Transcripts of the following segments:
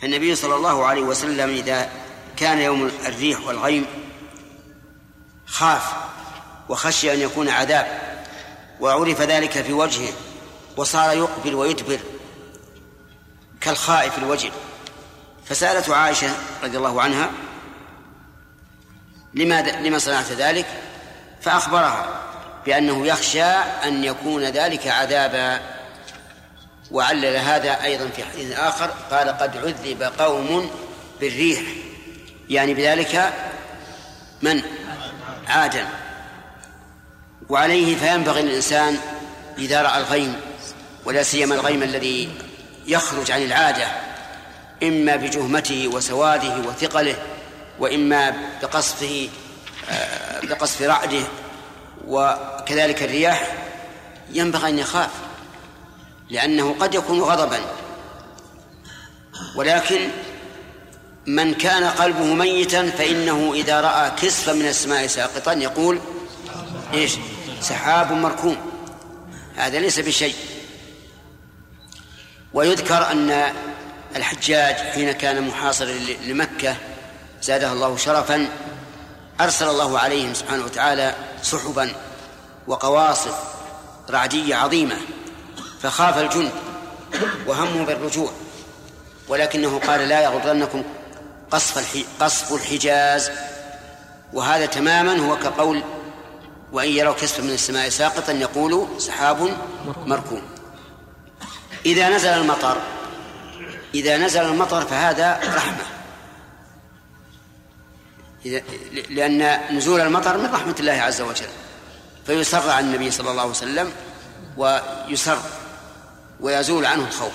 فالنبي صلى الله عليه وسلم إذا كان يوم الريح والغيم خاف وخشي أن يكون عذاب، وعرف ذلك في وجهه، وصار يقبل ويدبر كالخائف الوجل. فسألته عائشة رضي الله عنها لما صنعت ذلك، فأخبرها بأنه يخشى أن يكون ذلك عذابا. وعلل هذا أيضا في حديث آخر قال قد عذب قوم بالريح، يعني بذلك من عادا. وعليه فينبغي للإنسان إذا رأى الغيم، ولا سيما الغيم الذي يخرج عن العادة، إما بجهمته وسواده وثقله، وإما بقصف رعده، وكذلك الرياح، ينبغي أن يخاف، لأنه قد يكون غضبا. ولكن من كان قلبه ميتا فإنه إذا رأى كسفا من السماء ساقطا يقول إيش؟ سحاب مركوم، هذا ليس بشيء. ويذكر أن الحجاج حين كان محاصرا لمكة زادها الله شرفا أرسل الله عليهم سبحانه وتعالى سحبا وقواصف رعدية عظيمة، فخاف الجند وهموا بالرجوع، ولكنه قال لا يغرنكم قصف الحجاز. وهذا تماما هو كقول وإن يروا كسفا من السماء ساقطا يقولوا سحاب مركوم. إذا نزل المطر فهذا رحمة، لأن نزول المطر من رحمة الله عز وجل، فيسر عن النبي صلى الله عليه وسلم ويسر ويزول عنه الخوف.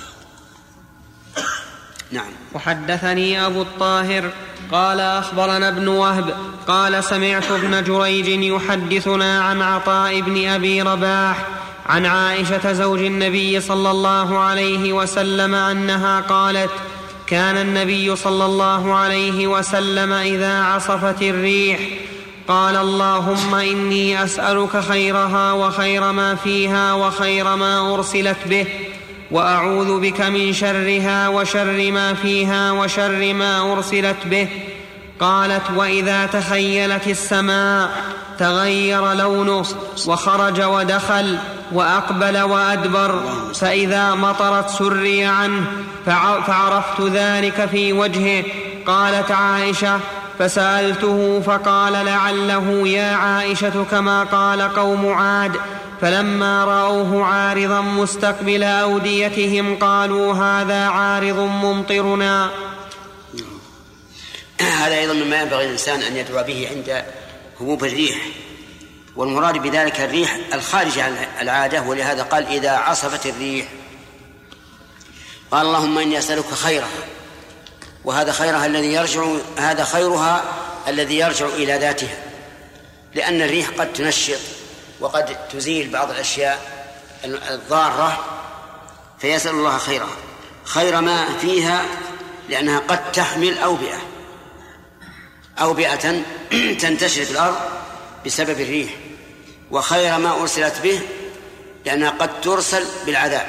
نعم. وحدثني أبو الطاهر قال أخبرنا ابن وهب قال سمعت ابن جريج يحدثنا عن عطاء بن أبي رباح عن عائشة زوج النبي صلى الله عليه وسلم أنها قالت كان النبي صلى الله عليه وسلم إذا عصفت الريح قال اللهم إني أسألك خيرها وخير ما فيها وخير ما أرسلت به، وأعوذ بك من شرها وشر ما فيها وشر ما أرسلت به. قالت وإذا تخيلت السماء تغير لونه وخرج ودخل وأقبل وأدبر، فإذا مطرت سري عنه، فعرفت ذلك في وجهه. قالت عائشة فسألته فقال لعله يا عائشة كما قال قوم عاد، فلما رأوه عارضا مستقبل أوديتهم قالوا هذا عارض ممطرنا. هذا أيضا مما ينبغي الإنسان أن يدعو به عند هبوب الريح، والمراد بذلك الريح الخارج عن العادة، ولهذا قال إذا عصفت الريح. قال اللهم إني أسألك خيرها، وهذا خيرها الذي يرجع إلى ذاتها، لأن الريح قد تنشط وقد تزيل بعض الأشياء الضارة، فيسأل الله خيرها، خير ما فيها، لأنها قد تحمل أوبئة تنتشر في الأرض بسبب الريح، وخير ما أرسلت به لأنها قد ترسل بالعذاب.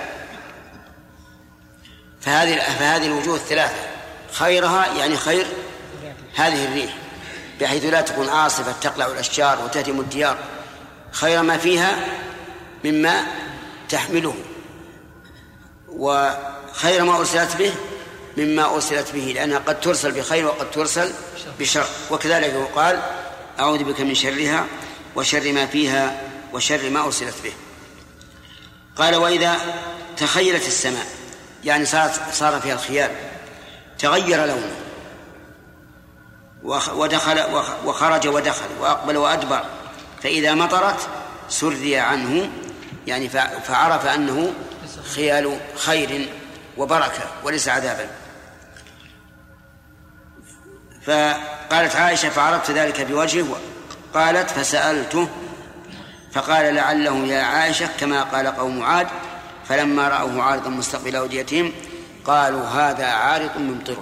فهذه الوجوه الثلاثة خيرها يعني خير هذه الريح، بحيث لا تكون عاصفة تقلع الأشجار وتهدم الديار، خير ما فيها مما تحمله، وخير ما أرسلت به مما أرسلت به، لأنها قد ترسل بخير وقد ترسل بشر. وكذلك يقال أعوذ بك من شرها وشر ما فيها وشر ما أرسلت به. قال وإذا تخيلت السماء يعني صار فيها الخيال، تغير لونه وخرج ودخل وأقبل وأدبر، فإذا مطرت سري عنه، يعني فعرف أنه خيال خير وبركة وليس عذابا. فقالت عائشة فعرفت ذلك بوجهه. قالت فسألته فقال لعله يا عائشة كما قال قوم عاد، فلما رأوه عارضا مستقبل أوديتهم قالوا هذا عارض ممطرنا.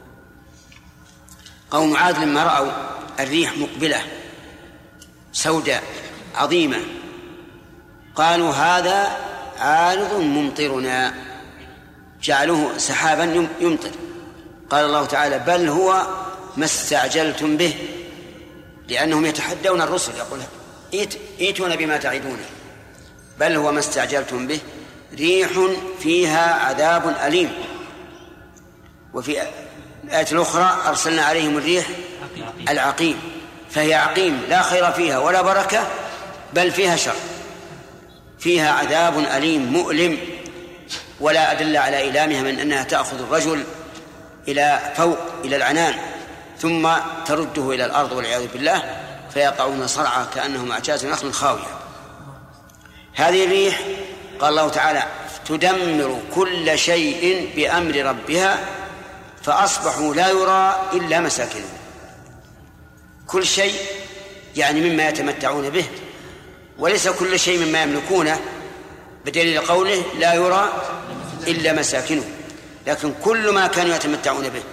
قوم عاد لما رأوا الريح مقبلة سوداء عظيمة قالوا هذا عارض ممطرنا، جعلوه سحابا يمطر قال الله تعالى بل هو ما استعجلتم به، لأنهم يتحدون الرسل يقول ائتون بما تعدون. بل هو ما استعجلتم به ريح فيها عذاب أليم. وفي الآية الأخرى أرسلنا عليهم الريح العقيم، فهي عقيم لا خير فيها ولا بركة، بل فيها شر، فيها عذاب أليم مؤلم، ولا أدل على إيلامها من أنها تأخذ الرجل إلى فوق إلى العنان ثم ترده إلى الأرض والعياذ بالله فيقعون صرعى كأنهم أعجاز نخل خاوية. هذه الريح قال الله تعالى تدمر كل شيء بأمر ربها فأصبحوا لا يرى إلا مساكنهم. كل شيء يعني مما يتمتعون به، وليس كل شيء مما يملكونه، بدليل قوله لا يرى إلا مساكنه، لكن كل ما كانوا يتمتعون به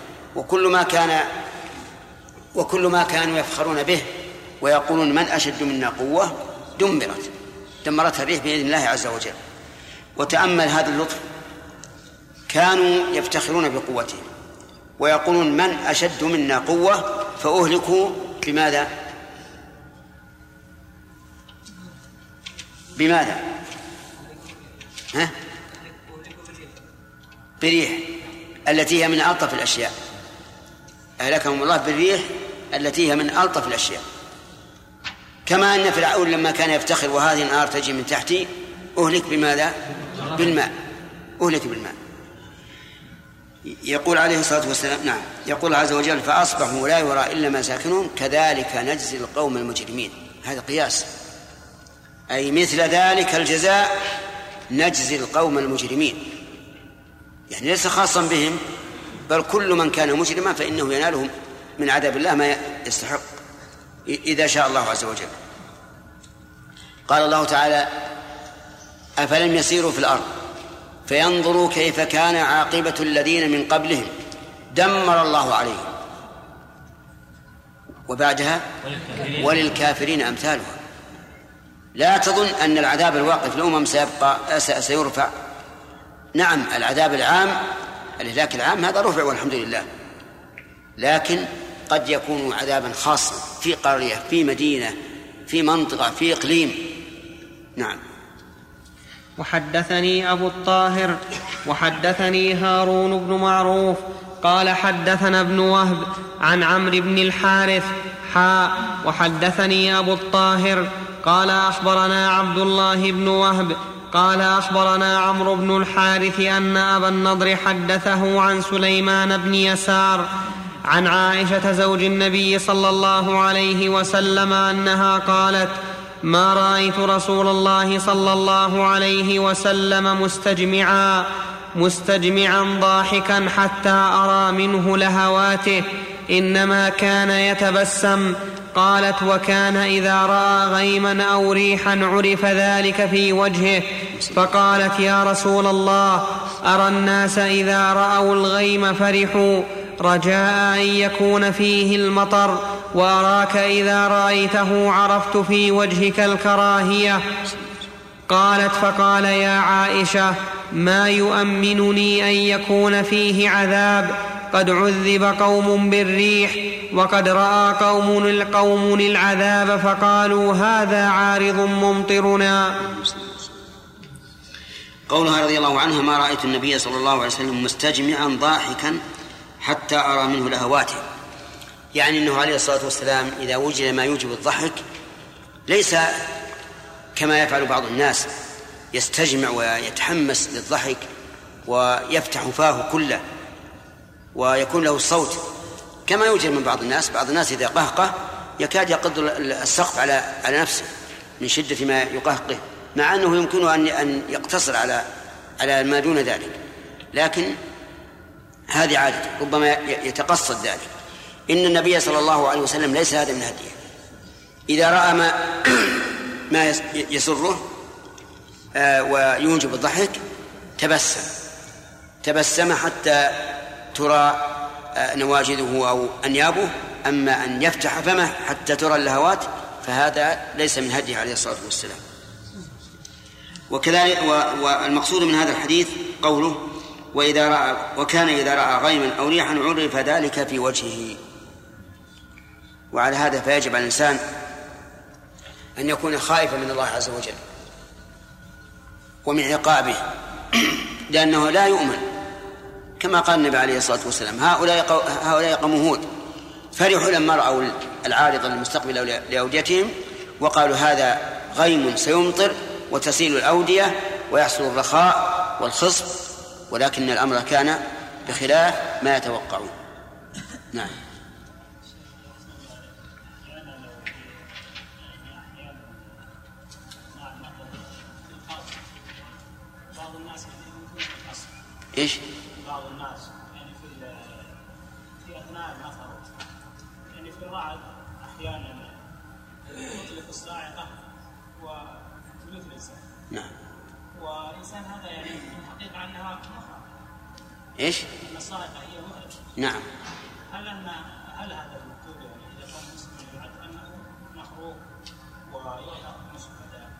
وكل ما كانوا يفخرون به ويقولون من أشد منا قوة دمرتها الريح بإذن الله عز وجل. وتأمل هذا اللطف، كانوا يفتخرون بقوتهم ويقولون من أشد منا قوة فأهلكوا بماذا؟ بريح التي هي من ألطف الأشياء. أهلكهم الله بالريح التي هي من ألطف الأشياء. كما أن فرعون لما كان يفتخر وهذه النار تجي من تحتي أهلك بماذا؟ بالماء. أهلك بالماء. يقول عليه الصلاة والسلام نعم، يقول عز وجل فأصبحوا لا يرى إلا مساكنهم كذلك نجزي القوم المجرمين. هذا قياس، أي مثل ذلك الجزاء نجزي القوم المجرمين، يعني ليس خاصا بهم، بل كل من كان مجرما فإنه ينالهم من عذاب الله ما يستحق إذا شاء الله عز وجل. قال الله تعالى أفلم يسيروا في الأرض فينظروا كيف كان عاقبة الذين من قبلهم دمر الله عليهم وبعدها وللكافرين أمثالها. لا تظن أن العذاب الواقع في الأمم سيرفع. نعم العذاب العام الإهلاك العام هذا رفع والحمد لله، لكن قد يكون عذابا خاصا في قرية في مدينة في منطقة في إقليم. نعم. وحدثني أبو الطاهر وحدثني هارون بن معروف قال حدثنا ابن وهب عن عمرو بن الحارث وحدثني أبو الطاهر قال أخبرنا عبد الله بن وهب قال أخبرنا عمرو بن الحارث أن أبا النضر حدثه عن سليمان بن يسار عن عائشة زوج النبي صلى الله عليه وسلم أنها قالت ما رأيت رسول الله صلى الله عليه وسلم مستجمعا ضاحكا حتى أرى منه لهواته، إنما كان يتبسم. قالت وكان إذا رأى غيما أو ريحا عرف ذلك في وجهه، فقالت يا رسول الله أرى الناس إذا رأوا الغيم فرحوا رجاء أن يكون فيه المطر، وأراك إذا رأيته عرفت في وجهك الكراهية. قالت فقال يا عائشة ما يؤمنني أن يكون فيه عذاب، قد عذب قوم بالريح وقد رأى قوم العذاب فقالوا هذا عارض ممطرنا. قولها رضي الله عنها ما رأيت النبي صلى الله عليه وسلم مستجمعا ضاحكا حتى أرى منه لهواته، يعني أنه عليه الصلاة والسلام إذا وجد ما يوجب الضحك ليس كما يفعل بعض الناس يستجمع ويتحمس للضحك ويفتح فاه كله ويكون له الصوت كما يوجد من بعض الناس. بعض الناس إذا قهقه يكاد يقض السقف على نفسه من شدة ما يقهقه، مع أنه يمكنه أن يقتصر على ما دون ذلك، لكن هذه عادة ربما يتقصد ذلك. إن النبي صلى الله عليه وسلم ليس هذا من هديه، إذا رأى ما يسره ويوجب الضحك تبسم حتى ترى نواجذه أو أنيابه، أما أن يفتح فمه حتى ترى اللهوات فهذا ليس من هديه عليه الصلاة والسلام. وكذلك والمقصود من هذا الحديث قوله وكان إذا رأى غيما أو ريحا عرف ذلك في وجهه. وعلى هذا فيجب على الإنسان أن يكون خائفا من الله عز وجل ومن عقابه، لأنه لا يؤمن، كما قال النبي عليه الصلاة والسلام: هؤلاء قوم هود فرحوا لما رأوا العارض المستقبل لأوديتهم وقالوا هذا غيم سيمطر وتسيل الأودية ويحصل الرخاء والخصب، ولكن الأمر كان بخلاف ما يتوقعون. نعم. إيش؟ بعض الناس يعني في أثناء المطر يعني في الرعد أحيانا يطلق الصاعقة ومثل الإنسان. نعم. وإنسان هذا يعني في الحقيقة أنها مخرج. إيش؟ أن الصاعقة هي مخرج. نعم. هل هذا المكتوب يعني إذا كان مسلم يعد أنه مخروق ويحرق مسلم؟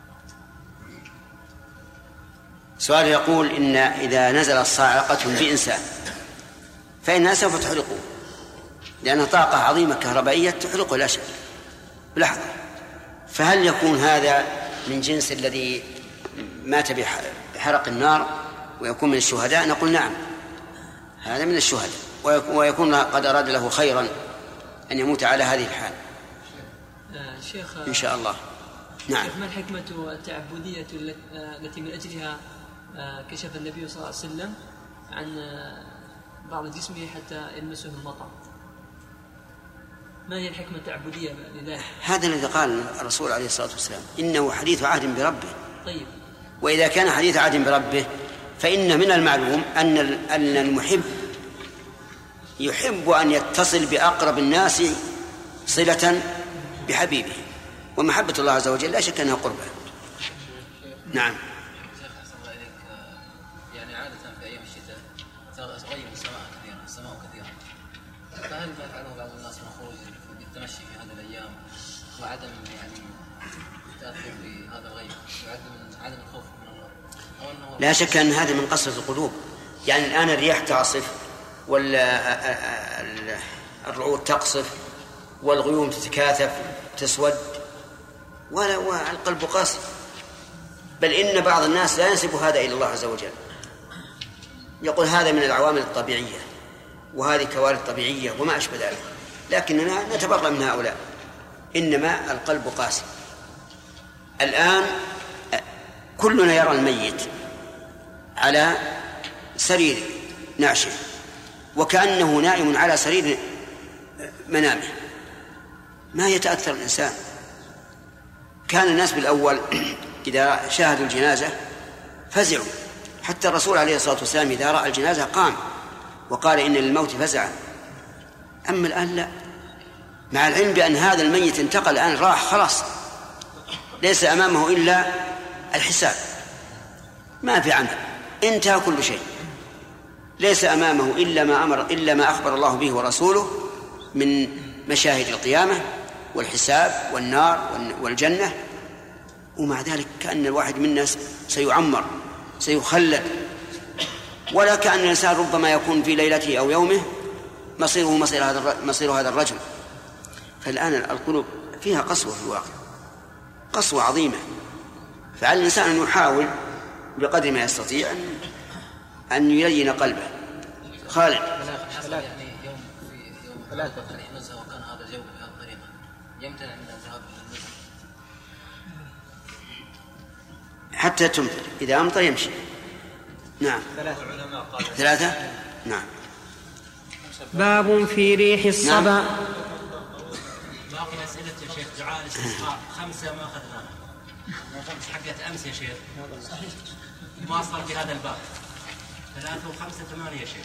سؤال يقول: إن إذا نزلت صاعقة بإنسان فإنها سوف تحرقه، لأنها طاقة عظيمة كهربائية تحرقه لا شك بلحظة، فهل يكون هذا من جنس الذي مات بحرق النار ويكون من الشهداء؟ نقول نعم، هذا من الشهداء، ويكون قد أراد له خيرا أن يموت على هذه الحال شيخ إن شاء الله. نعم. ما الحكمة التعبدية التي من أجلها كشف النبي صلى الله عليه وسلم عن بعض جسمه حتى يلمسه المطر؟ ما هي الحكمة التعبدية لذلك؟ هذا الذي قال الرسول عليه الصلاة والسلام: إنه حديث عهد بربه. طيب، وإذا كان حديث عهد بربه فإن من المعلوم أن المحب يحب أن يتصل بأقرب الناس صلة بحبيبه، ومحبة الله عز وجل لا شك أنها قربة. نعم. يعني عادة في أيام الشتاء تغير السماء كثيرا، فهل ما يفعله بعض الناس من الخروج بالتمشي في هذه الأيام وعدم يعني التأثر بهذا الغيم وعدم الخوف من الله؟ لا شك أن هذا من قسوة القلوب. يعني الآن الرياح تعصف والرعود تقصف والغيوم تتكاثف تسود والقلب قاسي، بل إن بعض الناس لا ينسب هذا إلى الله عز وجل، يقول هذا من العوامل الطبيعية وهذه كوارث طبيعية وما أشبه ذلك، لكننا نتبرأ من هؤلاء، إنما القلب قاسي. الآن كلنا يرى الميت على سرير نعشه وكأنه نائم على سرير منامه، ما يتأثر الإنسان. كان الناس بالأول إذا شاهدوا الجنازة فزعوا، حتى الرسول عليه الصلاة والسلام إذا رأى الجنازة قام وقال إن للموت فزعا. أما الآن لا، مع العلم بأن هذا الميت انتقل الآن راح خلاص، ليس أمامه إلا الحساب، ما في عمل، انتهى كل شيء، ليس أمامه إلا ما أخبر الله به ورسوله من مشاهد القيامة والحساب والنار والجنة. ومع ذلك كأن الواحد منا سيعمر سيخلد، ولا كأن الإنسان ربما يكون في ليلته أو يومه مصير هذا الرجل. فالآن القلوب فيها قسوة في الواقع، قسوة عظيمة، فعلى الإنسان أن يحاول بقدر ما يستطيع أن يلين قلبه. خالد. يعني يوم ثلاثة نزهة وكان هذا الجو بهذه الطريقة يمتنع من الذهاب حتى تمطر، إذا أمطر يمشي. نعم. ثلاثة. نعم. باب في ريح الصبا. باقي أسئلة يا شيخ. دعاء الاستسقاء 5 ما أخذناها، 5 حقت أمس يا شيخ، ما صار في هذا الباب. 3 و5 8 يا شيخ.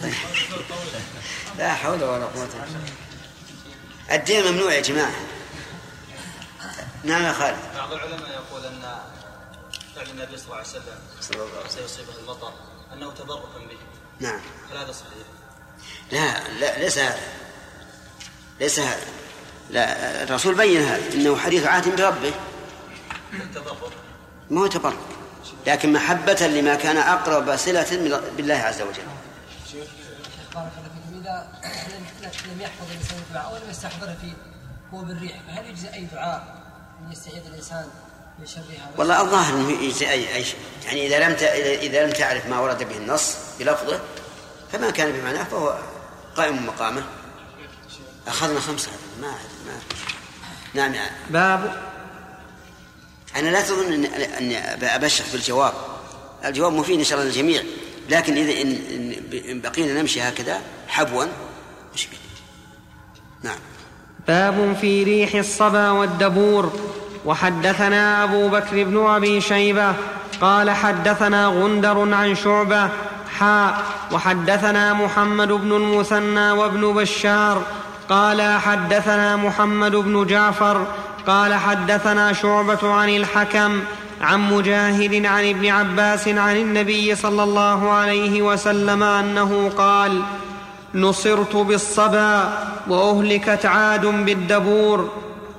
لا حول ولا قوة إلا بالله. الدين ممنوع يا جماعة. نعم يا خالد. بعض العلماء يقول أن فعل النبي صلى الله عليه وسلم سيصيبه المطر أنه تبركا به. نعم. هل هذا صحيح؟ لا ليس هذا. لا، الرسول بين هذا، إنه حديث عهد بربه. التبرك ما هو تبرك، لكن محبة لما كان أقرب صلة بالله عز وجل. بارك الله فيكم. إذا لم يحفظ الإنسان الدعاء ولم يستحضره فيه هو بالريح، فهل يجزي أي دعاء أن يستعيذ الإنسان من شرها؟ والله الظاهر أنه يجزي أي شيء، يعني إذا لم تعرف ما ورد به النص بلفظه فما كان بمعناه فهو قائم مقامه. أخذنا 5 ما نعم. باب. أنا لا تظن أن أبشر في الجواب مفيد إن شاء الله للجميع، لكن إذا إن بقينا نمشي هكذا حبوا مشكلة. نعم. باب في ريح الصبا والدبور. وحدثنا أبو بكر بن أبي شيبة قال حدثنا غندر عن شعبة وحدثنا محمد بن المثنى وابن بشار قال حدثنا محمد بن جعفر قال حدثنا شعبة عن الحكم عن مجاهد عن ابن عباس عن النبي صلى الله عليه وسلم أنه قال: نصرت بالصبا وأهلكت عاد بالدبور.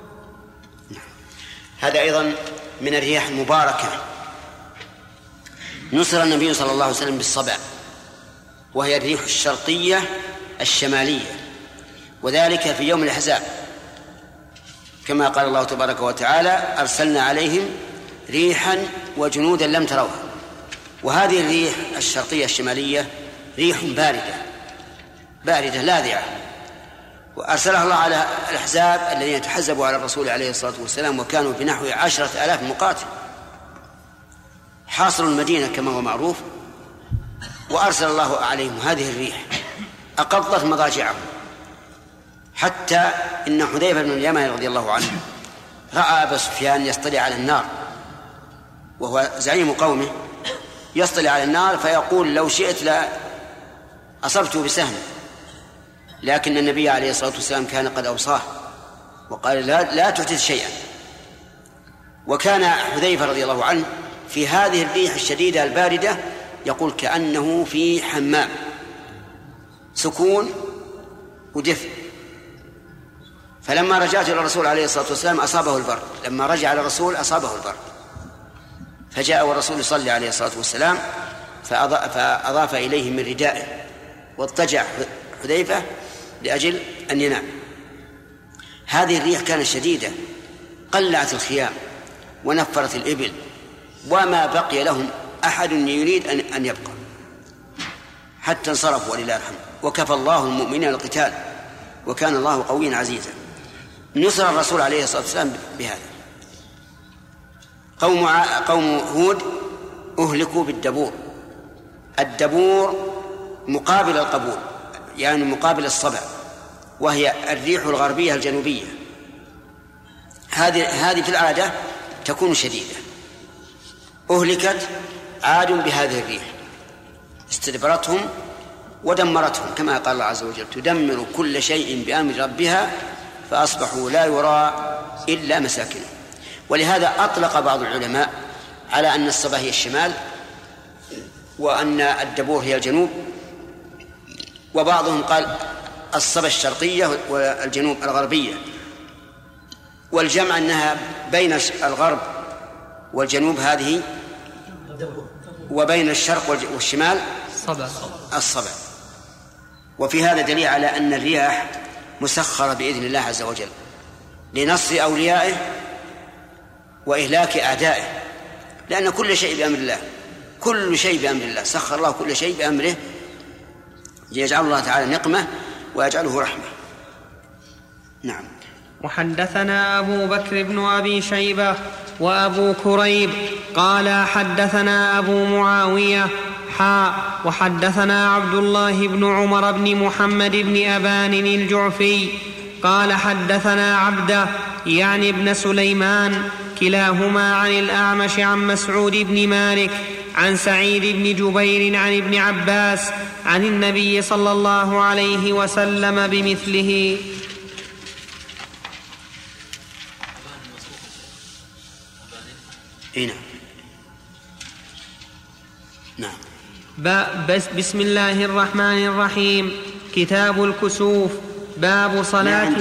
هذا أيضا من الرياح المباركة. نصر النبي صلى الله عليه وسلم بالصبا، وهي الريح الشرقية الشمالية، وذلك في يوم الأحزاب كما قال الله تبارك وتعالى: أرسلنا عليهم ريحا وجنودا لم تروها. وهذه الريح الشرقية الشمالية ريح باردة لاذعة، وأرسلها الله على الأحزاب الذين تحزبوا على الرسول عليه الصلاة والسلام، وكانوا بنحو 10,000 مقاتل حاصروا المدينة كما هو معروف، وأرسل الله عليهم هذه الريح أقضت مضاجعهم، حتى إن حذيفة بن اليمان رضي الله عنه رأى أبا سفيان يصطلع على النار وهو زعيم قومه، يصطلع على النار فيقول: لو شئت لا أصبته بسهم، لكن النبي عليه الصلاة والسلام كان قد أوصاه وقال: لا تحدث شيئا. وكان حذيفة رضي الله عنه في هذه الريح الشديدة الباردة يقول كأنه في حمام، سكون ودفء. فلما رجعت إلى الرسول عليه الصلاة والسلام أصابه البرد، لما رجع إلى الرسول أصابه البرد، فجاء والرسول يصلي عليه الصلاة والسلام فأضاف إليه من ردائه، واضطجع حذيفة لأجل أن ينام. هذه الريح كانت شديدة، قلعت الخيام ونفرت الإبل، وما بقي لهم أحد يريد أن يبقى حتى انصرفوا ولله الحمد، وكفى الله المؤمنين القتال وكان الله قويا عزيزا. نصر الرسول عليه الصلاة والسلام بهذا. قوم هود أهلكوا بالدبور. الدبور مقابل القبول، يعني مقابل الصبا، وهي الريح الغربية الجنوبية. هذه في العادة تكون شديدة. أهلكت عاد بهذه الريح، استدبرتهم ودمرتهم، كما قال الله عز وجل: تدمر كل شيء بأمر ربها فأصبحوا لا يرى إلا مساكنهم. ولهذا أطلق بعض العلماء على أن الصبا هي الشمال وأن الدبور هي الجنوب، وبعضهم قال الصبا الشرقية والجنوب الغربية، والجمع أنها بين الغرب والجنوب هذه، وبين الشرق والشمال الصبا. وفي هذا دليل على أن الرياح مسخرة بإذن الله عز وجل لنصر أوليائه وإهلاك أعدائه، لأن كل شيء بأمر الله، كل شيء بأمر الله، سخر الله كل شيء بأمره، يجعل الله تعالى نقمة ويجعله رحمة. نعم. وحدثنا أبو بكر بن أبي شيبة وأبو كريب قال حدثنا أبو معاوية وحدثنا عبد الله بن عمر بن محمد بن أبان الجعفي قال حدثنا عبده يعني ابن سليمان كلاهما عن الأعمش عن مسعود بن مالك عن سعيد بن جبير عن ابن عباس عن النبي صلى الله عليه وسلم بمثله. نعم. بسم الله الرحمن الرحيم. كتاب الكسوف. باب صلاة.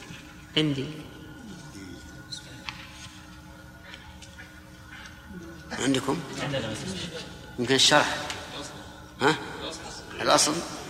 عندي عندكم يمكن الشرح ها الأصل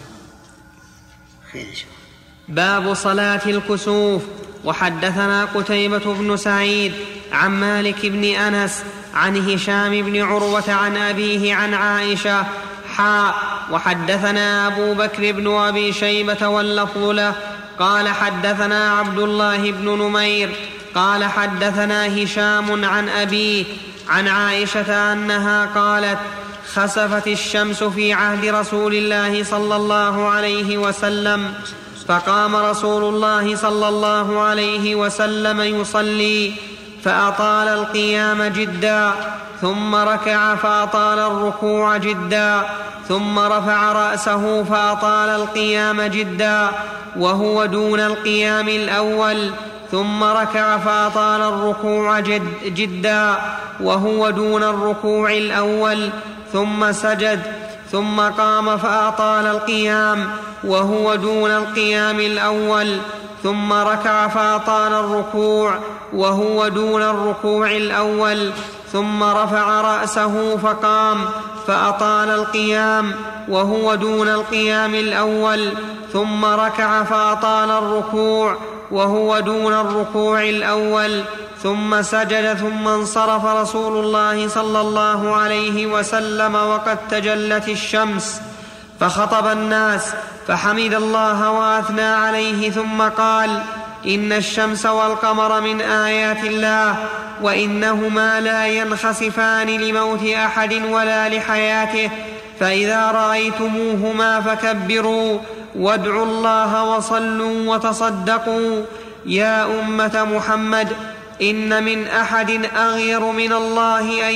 باب صلاة الكسوف. وحدثنا قتيبة بن سعيد عن مالك بن أنس عن هشام بن عروة عن أبيه عن عائشة وحدثنا أبو بكر بن أبي شيبة واللفظ له قال حدثنا عبد الله بن نمير قال حدثنا هشام عن أبيه عن عائشة أنها قالت خسفت الشمس في عهد رسول الله صلى الله عليه وسلم فقام رسول الله صلى الله عليه وسلم يصلي فأطال القيام جدا ثم ركع فأطال الركوع جدا ثم رفع رأسه فأطال القيام جدا وهو دون القيام الأول ثم ركع فأطال الركوع جدا وهو دون الركوع الأول ثم سجد ثم قام فأطال القيام وهو دون القيام الأول ثم ركع فأطال الركوع وهو دون الركوع الأول ثم رفع رأسه فقام فأطال القيام وهو دون القيام الأول ثم ركع فأطال الركوع وهو دون الركوع الأول ثم سجد ثم انصرف رسول الله صلى الله عليه وسلم وقد تجلت الشمس فخطب الناس فحمد الله وأثنى عليه ثم قال إن الشمس والقمر من آيات الله وإنهما لا ينخسفان لموت أحد ولا لحياته فإذا رأيتموهما فكبروا وادعوا الله وصلوا وتصدقوا يا أمة محمد إن من أحد أغير من الله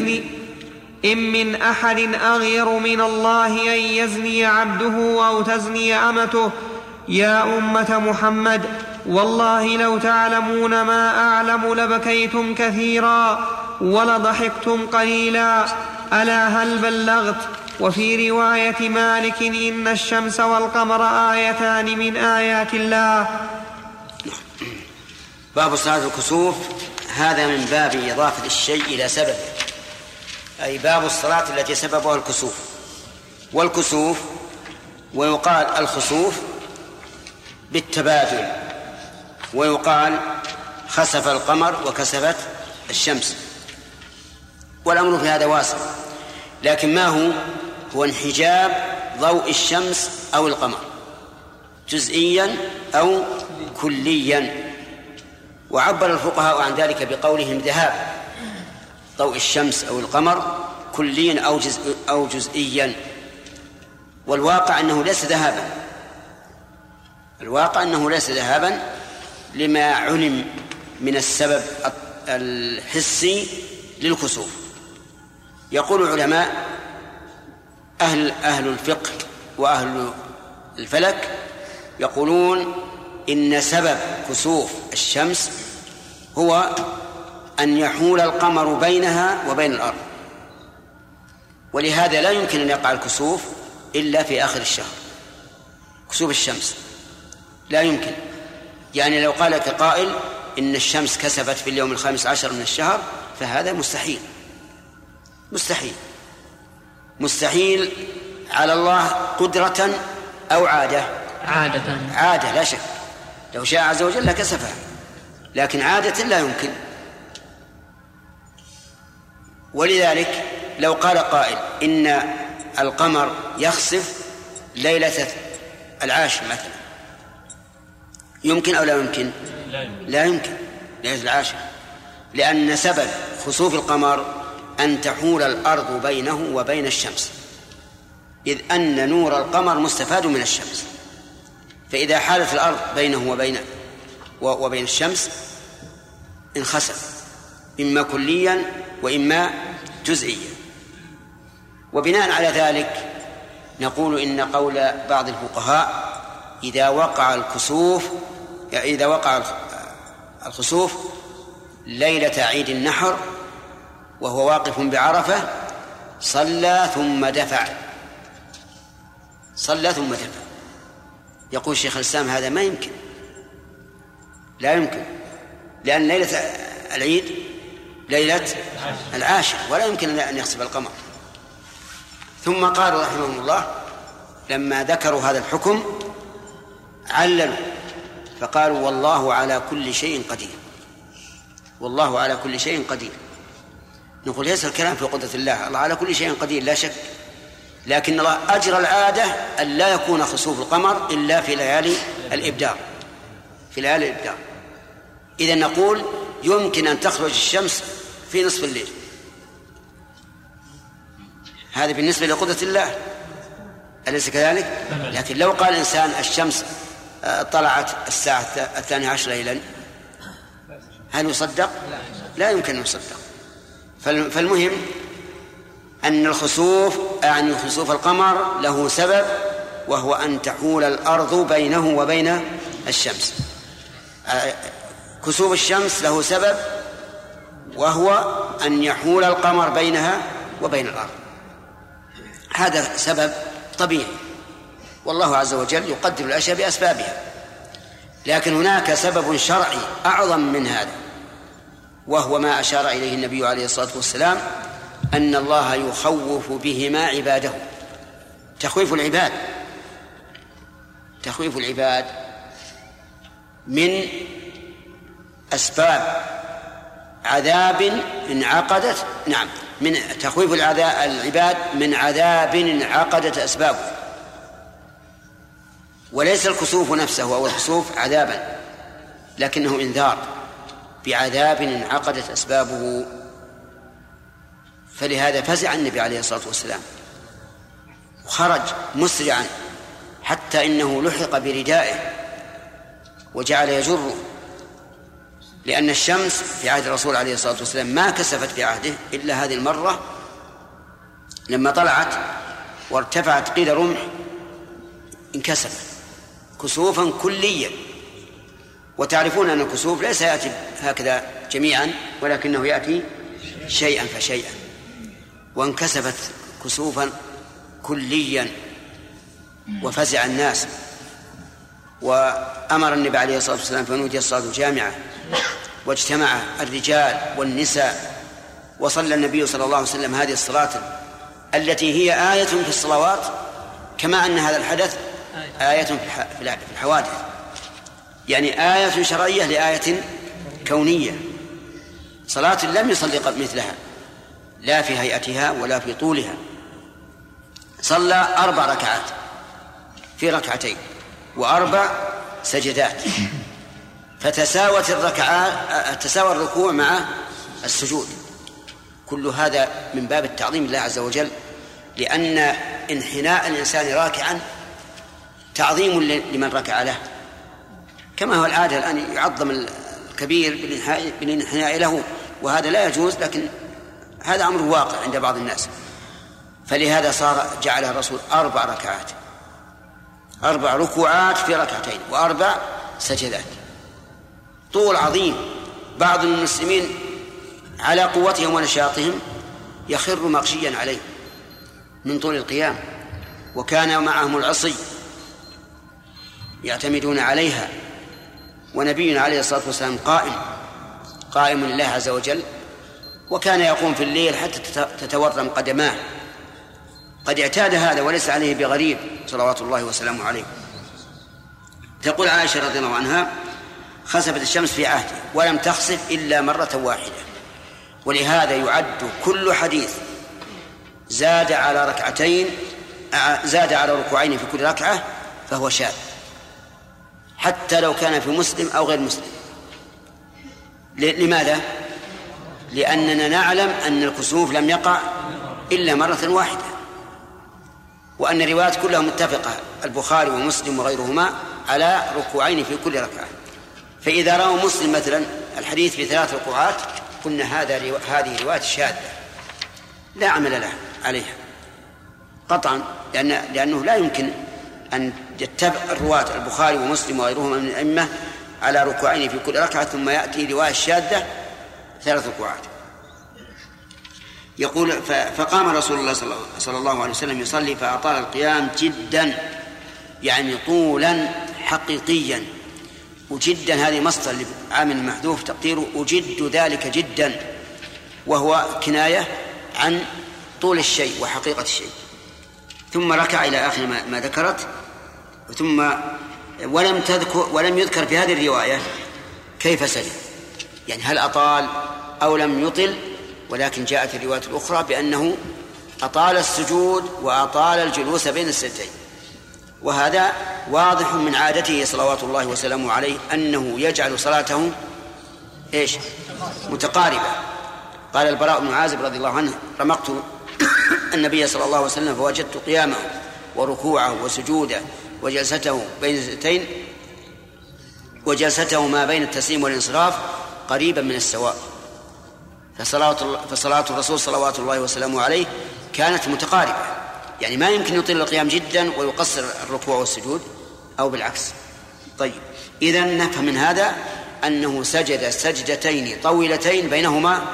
أن يزني عبده أو تزني أمته يا أمة محمد والله لو تعلمون ما أعلم لبكيتم كثيرا ولضحكتم قليلا ألا هل بلغت. وفي رواية مالك إن الشمس والقمر آيتان من آيات الله. باب صلاة الكسوف هذا من باب إضافة الشيء إلى سببه، أي باب الصلاة التي سببها الكسوف. والكسوف ويقال الخسوف بالتبادل، ويقال خسف القمر وكسفت الشمس، والأمر في هذا واسع. لكن ما هو انحجاب ضوء الشمس أو القمر جزئيا أو كليا. وعبر الفقهاء عن ذلك بقولهم ذهاب ضوء الشمس أو القمر كليا أو جزئيا. والواقع أنه ليس ذهابا، الواقع أنه ليس ذهابا لما علم من السبب الحسي للكسوف. يقول العلماء أهل الفقه وأهل الفلك يقولون إن سبب كسوف الشمس هو أن يحول القمر بينها وبين الأرض، ولهذا لا يمكن أن يقع الكسوف إلا في آخر الشهر. كسوف الشمس لا يمكن، يعني لو قال لك قائل إن الشمس كسفت في اليوم 15 من الشهر فهذا مستحيل، مستحيل على الله قدرة أو عادة لا شك. لو شاء عز وجل لكسفها، لكن عادة لا يمكن. ولذلك لو قال قائل إن القمر يخسف ليلة 10 مثلا، يمكن أو لا يمكن؟ لا يمكن ليلة 10، لأن سبب خسوف القمر أن تحول الأرض بينه وبين الشمس، إذ أن نور القمر مستفاد من الشمس، فإذا حالت الأرض بينه وبين الشمس انخسف، إما كليا وإما جزئيا. وبناء على ذلك نقول إن قول بعض الفقهاء إذا وقع الخسوف ليلة عيد النحر وهو واقف بعرفة صلى ثم دفع. يقول شيخ الإسلام هذا ما يمكن، لا يمكن، لأن ليلة العيد ليلة العاشر، ولا يمكن أن يخسف القمر. ثم قالوا رحمهم الله لما ذكروا هذا الحكم عللوا فقالوا والله على كل شيء قدير. والله على كل شيء قدير. نقول ليس الكلام في قدرة الله، الله على كل شيء قدير لا شك، لكن الله أجرى العادة أن لا يكون خسوف القمر إلا في ليالي الإبدار، في ليالي الإبدار. إذن نقول يمكن أن تخرج الشمس في نصف الليل، هذا بالنسبة لقدرة الله، أليس كذلك؟ لكن لو قال الإنسان الشمس طلعت الساعة 12 ليلا هل يصدق؟ لا يمكن أن يصدق. فالمهم أن الخسوف يعني خسوف القمر له سبب، وهو أن تحول الأرض بينه وبين الشمس. كسوف الشمس له سبب، وهو أن يحول القمر بينها وبين الأرض. هذا سبب طبيعي، والله عز وجل يقدر الأشياء بأسبابها. لكن هناك سبب شرعي أعظم من هذا، وهو ما أشار إليه النبي عليه الصلاة والسلام، أن الله يخوف بهما عباده. تخويف العباد، تخويف العباد من أسباب عذاب انعقدت، نعم، من تخويف العباد من عذاب انعقدت أسبابه. وليس الكسوف نفسه أو الخسوف عذابا، لكنه إنذار بعذاب انعقدت أسبابه. فلهذا فزع النبي عليه الصلاة والسلام وخرج مسرعا حتى إنه لحق بردائه وجعل يجره، لأن الشمس في عهد الرسول عليه الصلاة والسلام ما كسفت في عهده إلا هذه المرة لما طلعت وارتفعت قيل رمح انكسفت كسوفا كليا. وتعرفون أن الكسوف ليس يأتي هكذا جميعا، ولكنه يأتي شيئا فشيئا، وانكسفت كسوفا كليا وفزع الناس. وأمر النبي عليه الصلاة والسلام فنودي الصلاة جامعة، واجتمع الرجال والنساء، وصلى النبي صلى الله عليه وسلم هذه الصلاة التي هي آية في الصلوات، كما أن هذا الحدث آية في الحوادث، يعني آية شرعية لآية كونية. صلاة لم يصلي مثلها لا في هيئتها ولا في طولها. صلى 4 ركعات في ركعتين و4 سجدات، فتساوت الركعات، تساوى الركوع مع السجود. كل هذا من باب التعظيم لله عز وجل، لأن انحناء الإنسان راكعا تعظيم لمن ركع له، كما هو العادة الآن يعظم الكبير بالانحناء له، وهذا لا يجوز، لكن هذا أمر واقع عند بعض الناس. فلهذا صار جعلها الرسول 4 ركعات، 4 ركوعات في ركعتين و4 سجدات، طول عظيم. بعض المسلمين على قوتهم ونشاطهم يخر مغشيا عليه من طول القيام، وكان معهم العصي يعتمدون عليها، ونبينا عليه الصلاة والسلام قائم لله عز وجل، وكان يقوم في الليل حتى تتورم قدماه. قد اعتاد هذا وليس عليه بغريب صلوات الله وسلامه عليه. تقول عائشة رضي الله عنها: خسفت الشمس في عهده ولم تخسف إلا مرة واحدة. ولهذا يعد كل حديث زاد على ركوعين في كل ركعة فهو شاذ، حتى لو كان في مسلم أو غير مسلم. لماذا؟ لأننا نعلم أن الكسوف لم يقع إلا مرة واحدة، وأن الروايات كلها متفقة، البخاري ومسلم وغيرهما، على ركوعين في كل ركعة. فإذا رأوا مسلم مثلا الحديث في 3 ركوعات قلنا هذه رواية شاذة لا عمل لها عليها قطعا، لأنه لا يمكن أن يتبع الرواة البخاري ومسلم وغيرهما من الأئمة على ركوعين في كل ركعة ثم يأتي رواية شاذة 3 ركوعات. يقول: فقام رسول الله صلى الله عليه وسلم يصلي فأطال القيام جدا، يعني طولا حقيقيا. وجدا هذه مصدر عامل محذوف تقديره أجد ذلك جدا، وهو كناية عن طول الشيء وحقيقة الشيء. ثم ركع إلى آخر ما ذكرت. ثم ولم يذكر في هذه الرواية كيف سجد، يعني هل أطال أو لم يطل، ولكن جاءت الرواية الأخرى بأنه أطال السجود وأطال الجلوس بين السجدين. وهذا واضح من عادته صلوات الله وسلامه عليه أنه يجعل صلاته متقاربة. قال البراء بن عازب رضي الله عنه: رمقت النبي صلى الله عليه وسلم فوجدت قيامه وركوعه وسجوده وجلسته بين السجدتين وجلسته ما بين التسليم والانصراف قريبا من السواء. فصلاة الرسول صلوات الله وسلامه عليه كانت متقاربة، يعني ما يمكن يطيل القيام جدا ويقصر الركوع والسجود أو بالعكس. طيب، إذن نفهم من هذا أنه سجد سجدتين طويلتين بينهما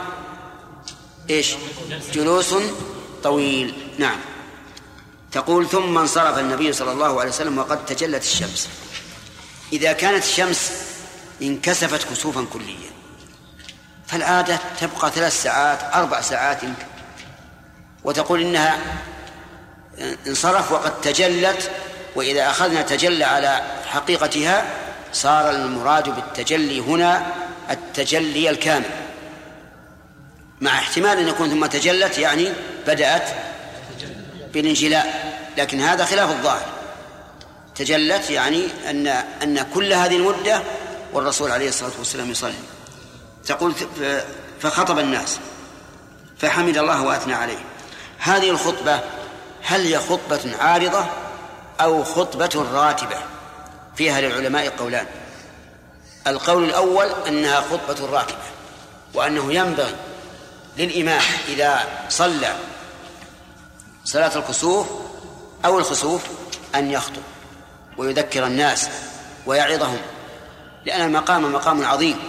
جلوس طويل. نعم. تقول: ثم انصرف النبي صلى الله عليه وسلم وقد تجلت الشمس. إذا كانت الشمس انكسفت كسوفا كليا فالعادة تبقى 3 ساعات 4 ساعات يمكن، وتقول إنها انصرف وقد تجلت. وإذا أخذنا تجلى على حقيقتها صار المراد بالتجلي هنا التجلي الكامل، مع احتمال أن يكون ثم تجلت يعني بدأت بالانجلاء، لكن هذا خلاف الظاهر. تجلت يعني أن كل هذه المدة والرسول عليه الصلاة والسلام يصلي. تقول: فخطب الناس فحمد الله وأثنى عليه. هذه الخطبة هل هي خطبة عارضة أو خطبة راتبة؟ فيها للعلماء قولان. القول الأول أنها خطبة راتبة، وأنه ينبغي للإمام إذا صلى صلاة الكسوف أو الخسوف أن يخطب ويذكر الناس ويعظهم، لأن المقام مقام عظيم.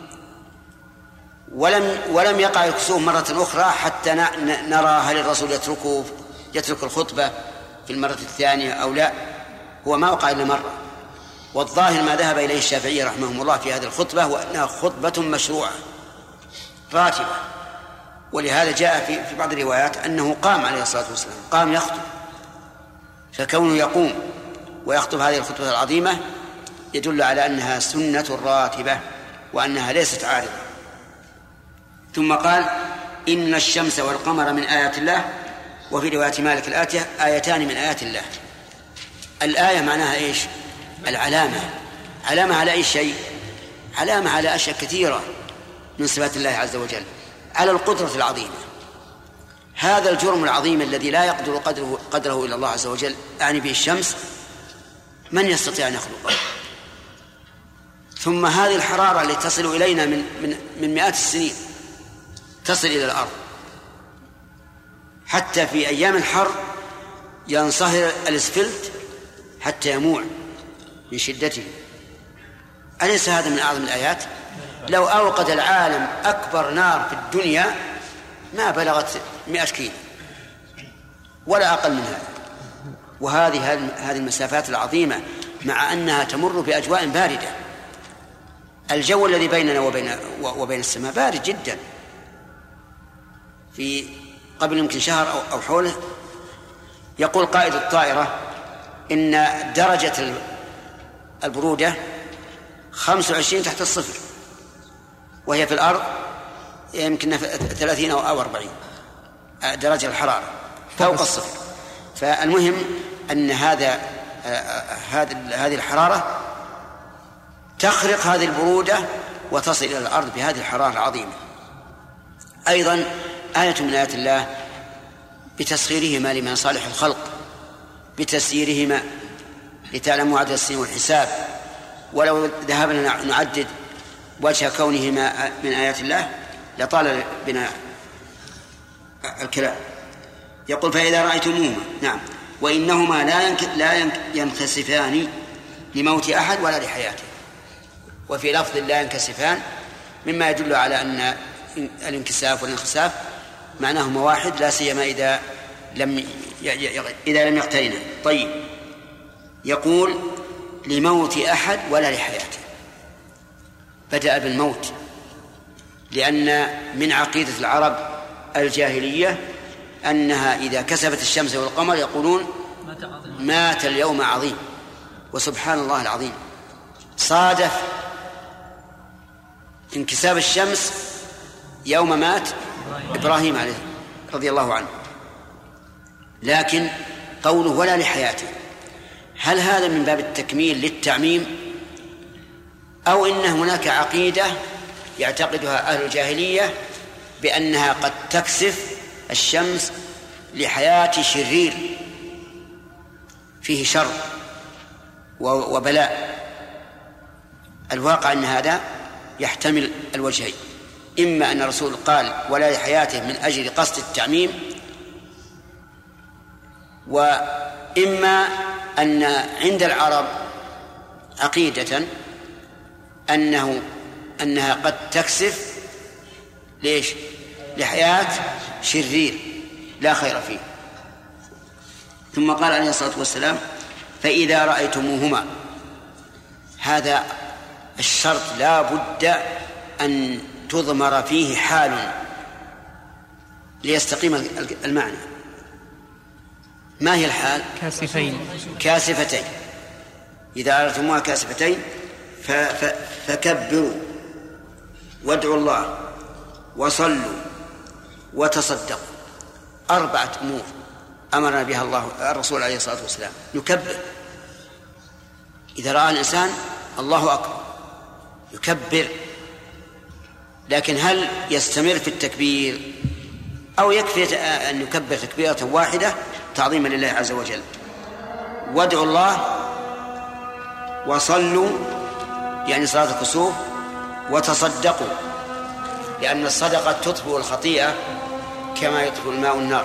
ولم يقع الكسوف مرة أخرى حتى نرى هل الرسول يترك الخطبة في المرة الثانية أو لا. هو ما وقع إلا مرة، والظاهر ما ذهب إليه الشافعي رحمهم الله في هذه الخطبة وأنها خطبة مشروعة راتبة. ولهذا جاء في بعض الروايات أنه قام عليه الصلاة والسلام، قام يخطب. فكونه يقوم ويخطب هذه الخطبة العظيمة يدل على أنها سنة راتبة وأنها ليست عارضة. ثم قال: إن الشمس والقمر من آيات الله. وفي رواية مالك الآتية: آيتان من آيات الله. الآية معناها إيش؟ العلامة. علامة على أي شيء؟ علامة على أشياء كثيرة من صفات الله عز وجل، على القدرة العظيمة. هذا الجرم العظيم الذي لا يقدر قدره إلا الله عز وجل، أعني به الشمس، من يستطيع أن يخلقه؟ ثم هذه الحرارة التي تصل إلينا من مئات السنين تصل إلى الأرض، حتى في أيام الحر ينصهر الإسفلت حتى يموع من شدته. أليس هذا من أعظم الآيات؟ لو أوقد العالم أكبر نار في الدنيا ما بلغت 100 كيلو ولا أقل من هذا. وهذه المسافات العظيمة مع أنها تمر بأجواء باردة. الجو الذي بيننا وبين السماء بارد جدا. في قبل يمكن شهر أو حوله يقول قائد الطائرة إن درجة البرودة 25 تحت الصفر، وهي في الأرض يمكن 30 أو 40 درجة الحرارة فوق الصفر. فالمهم أن هذه الحرارة تخرق هذه البرودة وتصل إلى الأرض بهذه الحرارة العظيمة. أيضا آية من آيات الله بتسخيرهما لمصالح الخلق، بتسييرهما لتعلموا عدد السنين والحساب. ولو ذهبنا نعدد وجه كونهما من آيات الله لطال بنا الكلام. يقول: فإذا رأيتموهما. نعم. وإنهما لا ينكسفان لموت أحد ولا لحياته. وفي لفظ لا ينكسفان مما يدل على أن الانكساف والانخساف معناهما واحد، لا سيما إذا لم يقترنا. طيب، يقول: لموت أحد ولا لحياته. بدأ بالموت لأن من عقيدة العرب الجاهلية أنها إذا كسفت الشمس والقمر يقولون مات اليوم عظيم، وسبحان الله العظيم صادف انكساف الشمس يوم مات إبراهيم عليه رضي الله عنه. لكن قوله ولا لحياته، هل هذا من باب التكميل للتعميم، أو إن هناك عقيدة يعتقدها أهل الجاهلية بأنها قد تكسف الشمس لحياة شرير فيه شر وبلاء؟ الواقع أن هذا يحتمل الوجهين، إما أن الرسول قال ولا لحياته من أجل قصد التعميم، وإما أن عند العرب عقيدة أنها قد تكسف ليش؟ لحياة شرير لا خير فيه. ثم قال عليه الصلاة والسلام فإذا رأيتموهما، هذا الشرط لا بد أن تضمر فيه حال ليستقيم المعنى. ما هي الحال؟ كاسفتين. إذا رأيتموها كاسفتين فكبروا وادعوا الله وصلوا وتصدقوا. 4 أمور أمرنا بها الرسول عليه الصلاة والسلام. نكبر إذا رأى الإنسان الله أكبر يكبر، لكن هل يستمر في التكبير أو يكفي أن يكبر تكبيرة واحدة تعظيما لله عز وجل؟ وادعوا الله وصلوا يعني صلاة الكسوف، وتصدقوا لأن الصدقة تطفئ الخطيئة كما يطفئ الماء النار.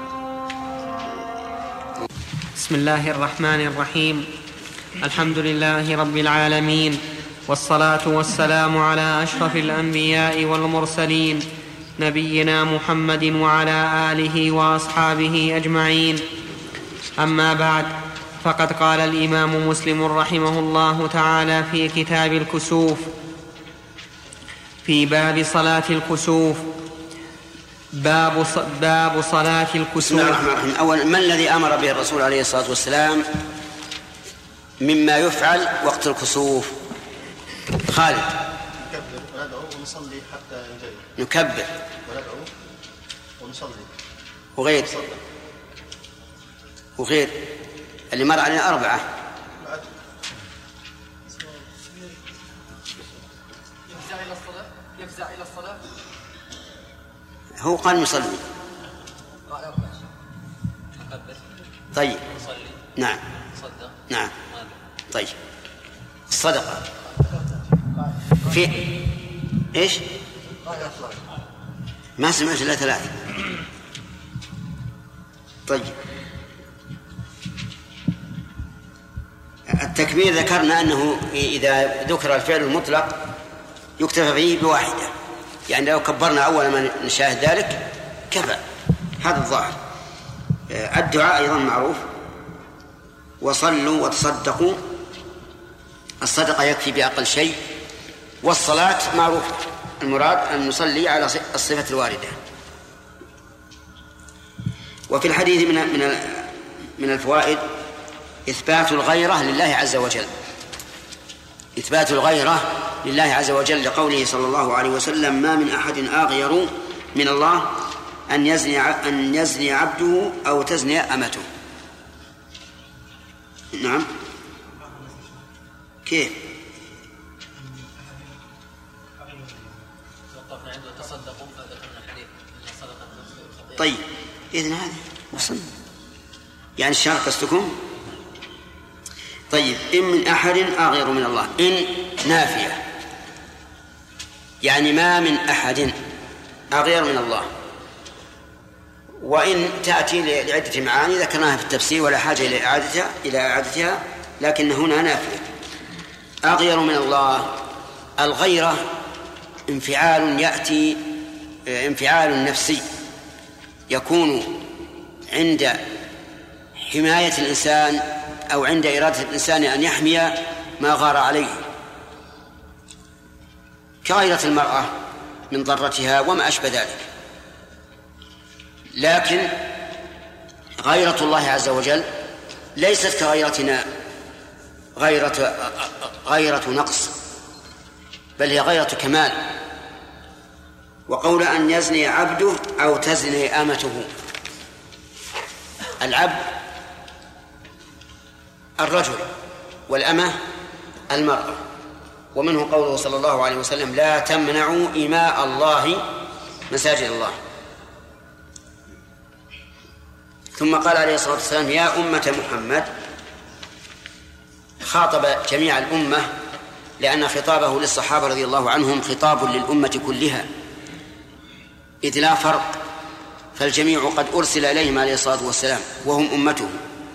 بسم الله الرحمن الرحيم. الحمد لله رب العالمين، والصلاة والسلام على أشرف الأنبياء والمرسلين نبينا محمد وعلى آله وأصحابه أجمعين. أما بعد، فقد قال الإمام مسلم رحمه الله تعالى في كتاب الكسوف في باب صلاة الكسوف: باب صلاة الكسوف. بسم الله الرحمن الرحيم. أولا، ما الذي أمر به الرسول عليه الصلاة والسلام مما يفعل وقت الكسوف؟ خالد. نكبر وندعو ونصلي حتى ينجلي. نكبر وندعو ونصلي. وغير اللي مر علينا 4. يفزع إلى الصلاة. هو قال نصلي. طيب. نعم. نعم. طيب. الصدقة في إيش؟ ما سمعت إلا 3. طيب. التكبير ذكرنا أنه إذا ذكر الفعل المطلق يكتفى فيه بواحدة، يعني لو كبرنا أول ما نشاهد ذلك كفى، هذا الظاهر. الدعاء أيضا معروف: وصلوا وتصدقوا. الصدقة يكفي بأقل شيء، والصلاة معروفة، المراد أن نصلي على الصفة الواردة. وفي الحديث من الفوائد إثبات الغيرة لله عز وجل، إثبات الغيرة لله عز وجل لقوله صلى الله عليه وسلم: ما من أحد أغير من الله أن يزني عبده أو تزني أمته. نعم. كيف؟ طيب، إذن هذا وصلنا يعني الشرع قصدكم. طيب، إن من أحد أغير من الله، إن نافية يعني ما من أحد أغير من الله، وإن تأتي لعدة معاني ذكرناها في التفسير ولا حاجة إلى إعادتها، لكن هنا نافية. أغير من الله، الغيرة انفعال يأتي، انفعال نفسي يكون عند حماية الإنسان أو عند إرادة الإنسان أن يحمي ما غار عليه، كغيرة المرأة من ضرتها وما أشبه ذلك. لكن غيرة الله عز وجل ليست كغيرتنا غيرة نقص، بل هي غيرة كمال. وقول أن يزني عبده أو تزني أمته، العبد الرجل والأمة المرأة. ومنه قوله صلى الله عليه وسلم: لا تمنعوا إماء الله مساجد الله. ثم قال عليه الصلاة والسلام: يا أمة محمد، خاطب جميع الأمة، لأن خطابه للصحابة رضي الله عنهم خطاب للأمة كلها، إذ لا فرق، فالجميع قد أرسل إليهم عليه الصلاة والسلام وهم أمته.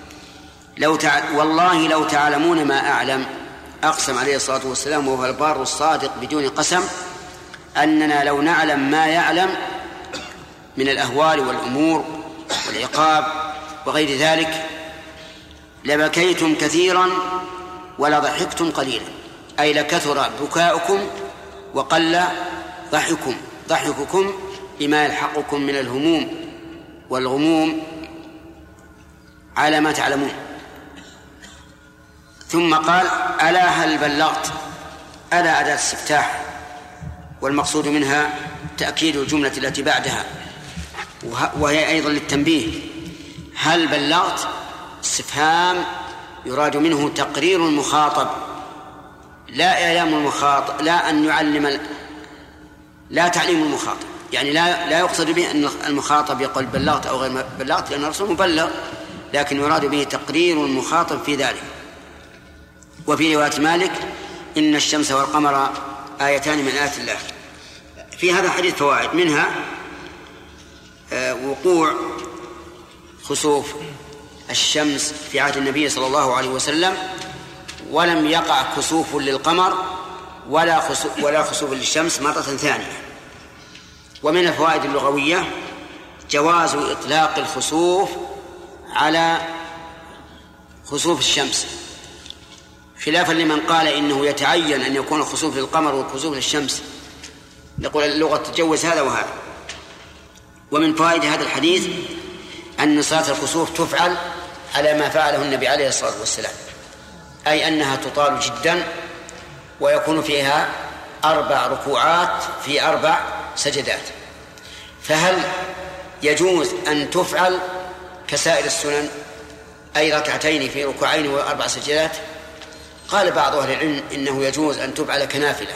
والله لو تعلمون ما أعلم، أقسم عليه الصلاة والسلام وهو البار الصادق بدون قسم، أننا لو نعلم ما يعلم من الأهوال والأمور والعقاب وغير ذلك لبكيتم كثيرا ولضحكتم قليلا، أي لكثر بكاؤكم وقل ضحككم بما يلحقكم من الهموم والغموم على ما تعلمون. ثم قال: ألا هل بلغت؟ ألا أداة استفتاح، والمقصود منها تأكيد الجملة التي بعدها، وهي أيضا للتنبيه. هل بلغت استفهام يراد منه تقرير المخاطب، لا إعلام المخاطب، لا أن يعلم، لا تعليم المخاطب، يعني لا يقصد به أن المخاطب يقول بلغت أو غير بلغت، لأن الرسول مبلغ، لكن يراد به تقرير المخاطب في ذلك. وفي رواية مالك: إن الشمس والقمر آيتان من آيات الله. في هذا الحديث فوائد، منها وقوع خسوف الشمس في عهد النبي صلى الله عليه وسلم، ولم يقع كسوف للقمر ولا خسوف للشمس مرة ثانية. ومن الفوائد اللغوية جواز إطلاق الخسوف على خسوف الشمس، خلافا لمن قال إنه يتعين أن يكون الخسوف للقمر والخسوف للشمس، نقول اللغة تجوز هذا وهذا. ومن فوائد هذا الحديث أن صلاة الخسوف تفعل على ما فعله النبي عليه الصلاة والسلام، أي أنها تطال جدا ويكون فيها 4 ركوعات في 4 سجدات. فهل يجوز أن تفعل كسائر السنن، أي ركعتين في ركوعين و4 سجدات؟ قال بعض أهل العلم إنه يجوز أن تفعل كنافلة،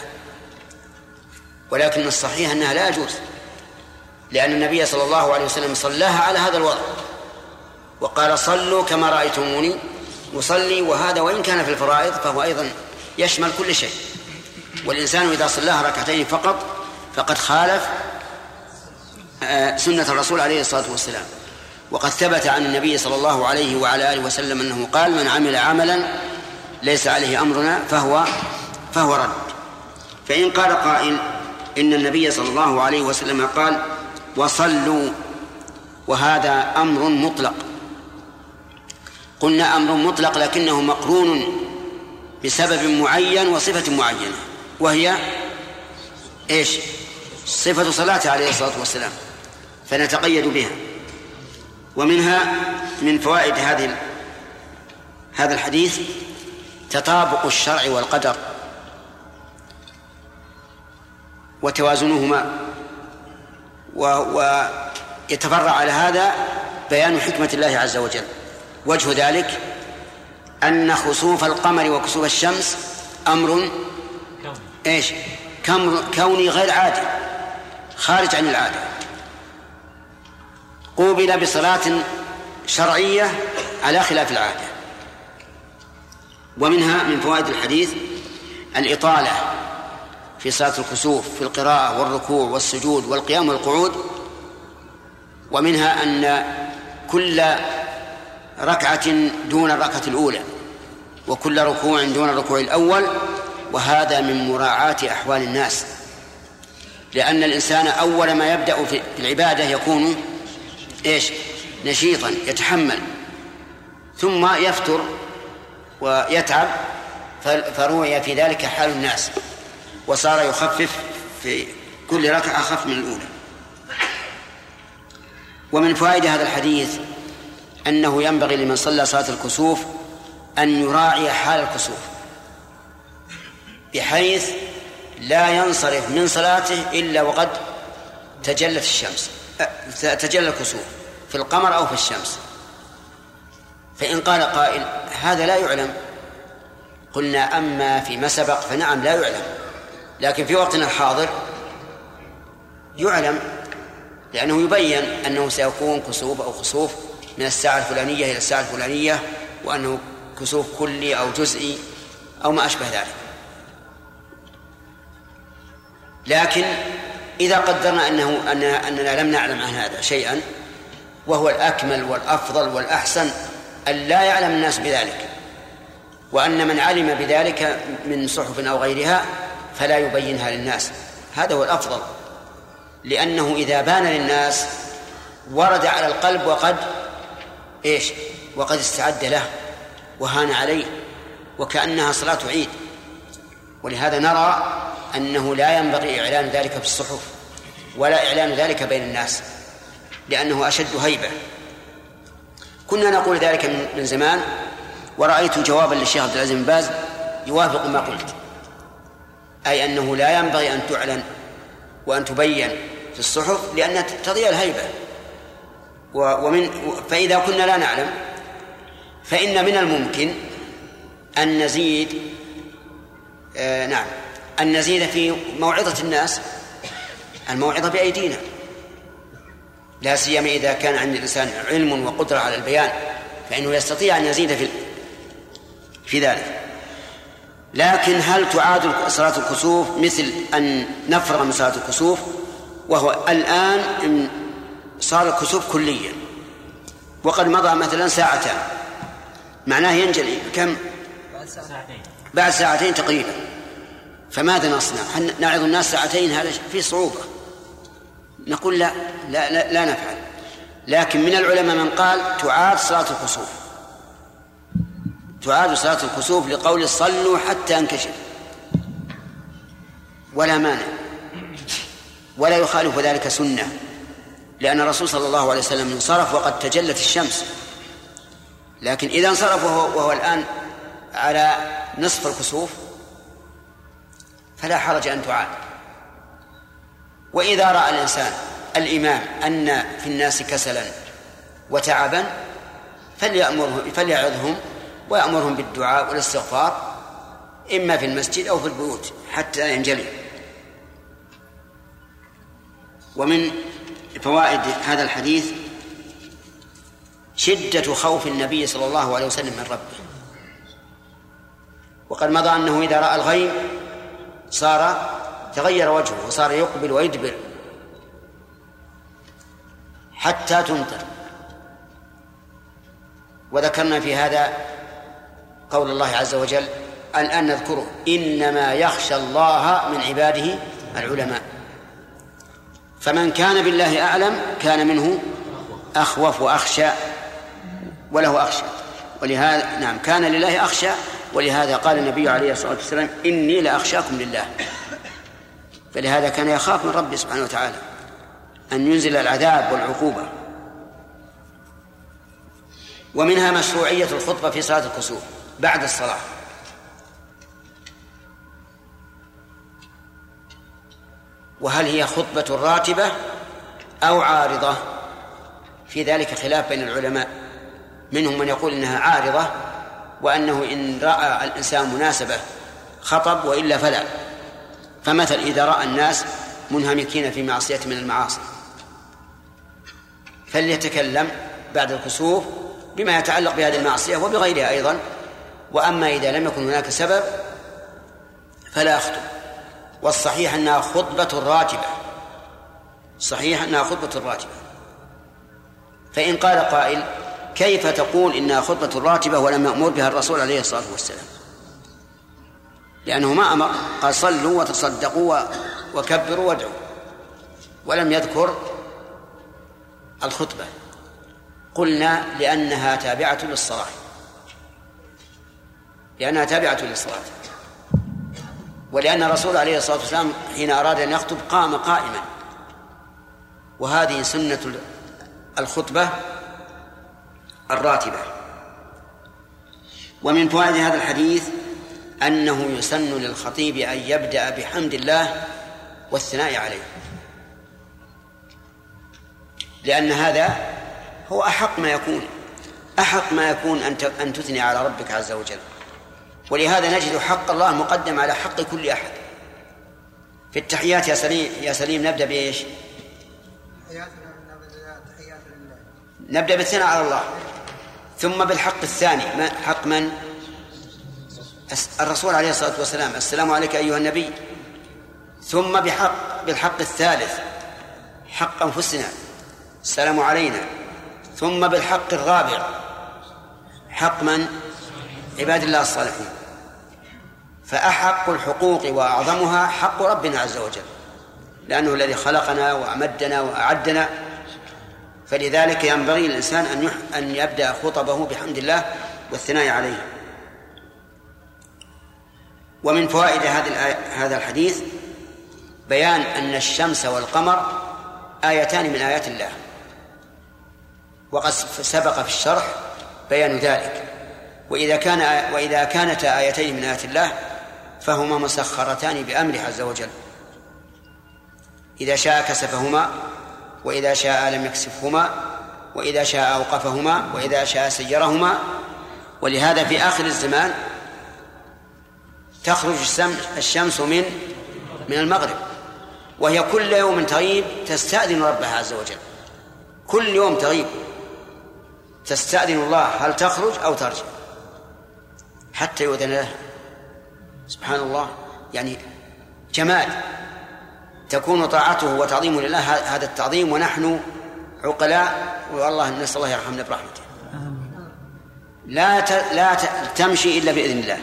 ولكن الصحيح أنها لا يجوز، لأن النبي صلى الله عليه وسلم صلاها على هذا الوضع وقال: صلوا كما رأيتموني أصلي. وهذا وإن كان في الفرائض فهو أيضا يشمل كل شيء، والإنسان إذا صلاها ركعتين فقط فقد خالف سنة الرسول عليه الصلاة والسلام. وقد ثبت عن النبي صلى الله عليه وعلى آله وسلم أنه قال: من عمل عملا ليس عليه أمرنا فهو رد. فإن قال قائل إن النبي صلى الله عليه وسلم قال: وصلوا، وهذا أمر مطلق، قلنا أمر مطلق لكنه مقرون بسبب معين وصفة معينة، وهي إيش؟ صفة صلاته عليه الصلاة والسلام، فنتقيد بها. ومنها من فوائد هذا الحديث تطابق الشرع والقدر وتوازنهما، ويتفرع على هذا بيان حكمة الله عز وجل. وجه ذلك أن خسوف القمر وكسوف الشمس أمر إيش؟ كوني غير عادي، خارج عن العادة، قوبل بصلاة شرعية على خلاف العادة. ومنها من فوائد الحديث الإطالة في صلاة الكسوف في القراءة والركوع والسجود والقيام والقعود. ومنها أن كل ركعة دون الركعة الأولى، وكل ركوع دون الركوع الأول، وهذا من مراعاة أحوال الناس، لأن الإنسان أول ما يبدأ في العبادة يكون إيش؟ نشيطا يتحمل، ثم يفتر ويتعب، فروي في ذلك حال الناس، وصار يخفف كل ركعة أخف من الأولى. ومن فوائد هذا الحديث أنه ينبغي لمن صلى صلاة الكسوف أن يراعي حال الكسوف بحيث لا ينصرف من صلاته إلا وقد تجلت الشمس، تجلى الكسوف في القمر أو في الشمس. فإن قال قائل هذا لا يعلم، قلنا أما فيما سبق فنعم لا يعلم، لكن في وقتنا الحاضر يعلم، لأنه يبين أنه سيكون كسوف أو خسوف من الساعة الفلانية إلى الساعة الفلانية، وأنه كسوف كلي أو جزئي أو ما أشبه ذلك. لكن إذا قدرنا أننا لم نعلم عن هذا شيئا، وهو الأكمل والأفضل والأحسن أن لا يعلم الناس بذلك، وأن من علم بذلك من صحف أو غيرها فلا يبينها للناس، هذا هو الأفضل، لأنه إذا بان للناس ورد على القلب وقد استعد له وهان عليه، وكأنها صلاة عيد. ولهذا نرى أنه لا ينبغي إعلان ذلك في الصحف ولا إعلان ذلك بين الناس، لأنه أشد هيبة. كنا نقول ذلك من زمان، ورأيت جوابا للشيخ عبد العزيز بن باز يوافق ما قلت، أي أنه لا ينبغي أن تعلن وأن تبين في الصحف لأن تضيع الهيبة. فإذا كنا لا نعلم فإن من الممكن أن نزيد أن نزيد في موعظة الناس، الموعظة بأيدينا، لا سيما إذا كان عند الإنسان علم وقدرة على البيان، فإنه يستطيع أن يزيد في ذلك. لكن هل تعاد صلاة الكسوف مثل أن نفرغ من صلاة الكسوف؟ وهو الآن صار الكسوف كليا وقد مضى مثلا ساعتان، معناه ينجلي كم؟ بعد ساعتين تقريبا. فماذا نصنع؟ نعظ الناس ساعتين؟ هذا في صعوبة. نقول لا نفعل. لكن من العلماء من قال تعاد صلاة الكسوف، تعاد صلاة الكسوف لقول صلوا حتى انكشف، ولا مانع، ولا يخالف ذلك سنة، لأن الرسول صلى الله عليه وسلم انصرف وقد تجلت الشمس. لكن إذا انصرف وهو الآن على نصف الكسوف فلا حرج أن تعاد. وإذا رأى الإنسان الإمام أن في الناس كسلا وتعبا فليعظهم ويأمرهم بالدعاء والاستغفار، إما في المسجد أو في البيوت حتى ينجلي. ومن فوائد هذا الحديث شدة خوف النبي صلى الله عليه وسلم من ربه، وقد مضى أنه إذا رأى الغيم تغير وجهه وصار يقبل ويدبر حتى تمطر. وذكرنا في هذا قول الله عز وجل الآن نذكره: إنما يخشى الله من عباده العلماء. فمن كان بالله أعلم كان منه أخوف وأخشى وله أخشى، ولهذا كان لله أخشى، ولهذا قال النبي عليه الصلاة والسلام إني لأخشاكم لله. فلهذا كان يخاف من ربه سبحانه وتعالى أن ينزل العذاب والعقوبة. ومنها مشروعية الخطبة في صلاة الكسوف بعد الصلاة. وهل هي خطبة راتبة أو عارضة؟ في ذلك خلاف بين العلماء، منهم من يقول إنها عارضة، وأنه إن رأى الإنسان مناسبة خطب وإلا فلا. فمثل إذا رأى الناس منهمكين في معصية من المعاصي فليتكلم بعد الكسوف بما يتعلق بهذه المعصية وبغيرها أيضا. وأما إذا لم يكن هناك سبب فلا يخطب. والصحيح أنها خطبة راتبة، صحيح أنها خطبة راتبة. فإن قال قائل كيف تقول إنها خطبة راتبة ولم يأمر بها الرسول عليه الصلاة والسلام؟ لأنه ما أمر، قال صلوا وتصدقوا وكبروا وادعوا، ولم يذكر الخطبة. قلنا لأنها تابعة للصلاة، ولأن الرسول عليه الصلاة والسلام حين أراد أن يخطب قام قائما، وهذه سنة الخطبة الراتبة. ومن فوائد هذا الحديث أنه يسن للخطيب أن يبدأ بحمد الله والثناء عليه، لأن هذا هو أحق ما يكون أن تثني على ربك عز وجل. ولهذا نجد حق الله مقدم على حق كل أحد. في التحيات يا سليم نبدأ بإيش؟ نبدأ بالثناء على الله، ثم بالحق الثاني حق من؟ الرسول عليه الصلاة والسلام، السلام عليك أيها النبي. ثم بالحق الثالث حق أنفسنا، السلام علينا. ثم بالحق الرابع حق من؟ عباد الله الصالحين. فأحق الحقوق وأعظمها حق ربنا عز وجل، لأنه الذي خلقنا وأمدنا وأعدنا، فلذلك ينبغي للإنسان أن يبدأ خطبه بحمد الله والثناء عليه. ومن فوائد هذا الحديث بيان أن الشمس والقمر آيتان من آيات الله، وقد سبق في الشرح بيان ذلك. وإذا كانتا آيتين من آيات الله فهما مسخرتان بأمره عز وجل، إذا شاء كسفهما، وإذا شاء لم يكسفهما، وإذا شاء أوقفهما، وإذا شاء سيرهما. ولهذا في آخر الزمان تخرج الشمس من المغرب، وهي كل يوم تغيب تستأذن ربها عز وجل، كل يوم تغيب تستأذن الله هل تخرج أو ترجع حتى يؤذن لها. سبحان الله، يعني جمال تكون طاعته وتعظيمه لله هذا التعظيم، ونحن عقلاء، والله نسأل الله يرحمنا برحمته. لا تمشي إلا بإذن الله،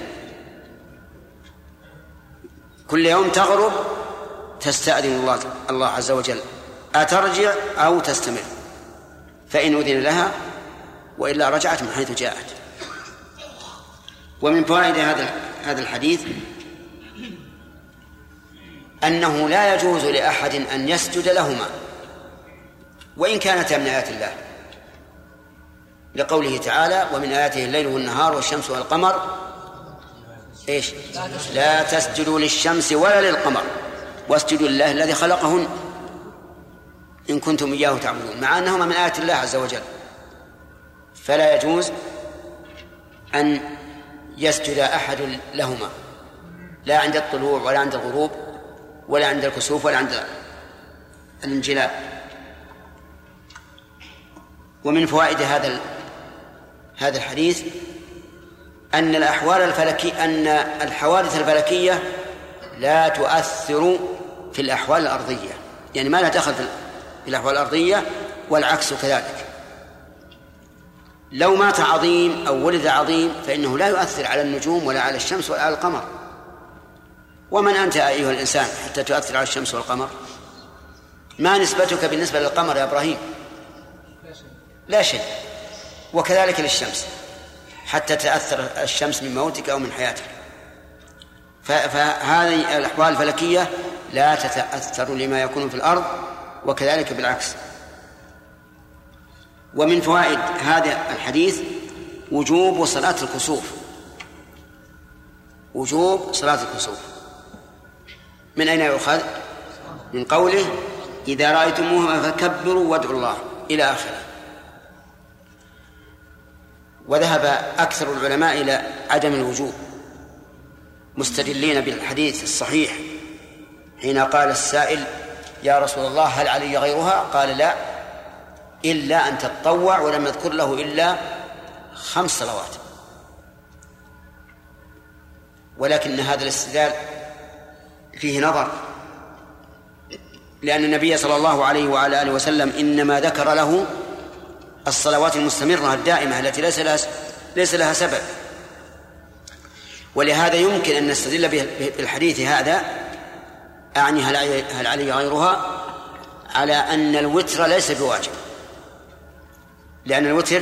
كل يوم تغرب تستأذن الله عز وجل أترجع أو تستمر، فإن أذن لها وإلا رجعت من حيث جاءت. ومن فوائد هذا الحديث أنه لا يجوز لأحد أن يسجد لهما وإن كانتا من آيات الله، لقوله تعالى: ومن آياته الليل والنهار والشمس والقمر لا تسجدوا للشمس ولا للقمر واسجدوا لله الذي خلقهن إن كنتم إياه تعبدون، مع أنهما من آيات الله عز وجل. فلا يجوز أن يسجد أحد لهما، لا عند الطلوع ولا عند الغروب ولا عند الكسوف ولا عند الانجلاء. ومن فوائد هذا الحديث أن الحوادث الفلكية لا تؤثر في الأحوال الأرضية، يعني ما لا دخل في الأحوال الأرضية، والعكس كذلك. لو مات عظيم أو ولد عظيم فإنه لا يؤثر على النجوم ولا على الشمس ولا على القمر. ومن أنت أيها الإنسان حتى تؤثر على الشمس والقمر؟ ما نسبتك بالنسبة للقمر يا إبراهيم؟ لا شيء. وكذلك للشمس حتى تأثر الشمس من موتك أو من حياتك. فهذه الأحوال الفلكية لا تتأثر لما يكون في الأرض، وكذلك بالعكس. ومن فوائد هذا الحديث وجوب صلاة الكسوف، وجوب صلاة الكسوف. من أين يؤخذ؟ من قوله: إذا رأيتموه فكبروا وادعوا الله، إلى آخره. وذهب أكثر العلماء إلى عدم الوجوب، مستدلين بالحديث الصحيح حين قال السائل: يا رسول الله هل علي غيرها؟ قال: لا، إلا أن تتطوع، ولم يذكر له إلا 5 صلوات. ولكن هذا الاستدلال فيه نظر، لأن النبي صلى الله عليه وعلى آله وسلم إنما ذكر له الصلوات المستمرة الدائمة التي ليس لها سبب. ولهذا يمكن أن نستدل بالحديث هذا، أعني هل علي غيرها، على أن الوتر ليس بواجب، لأن الوتر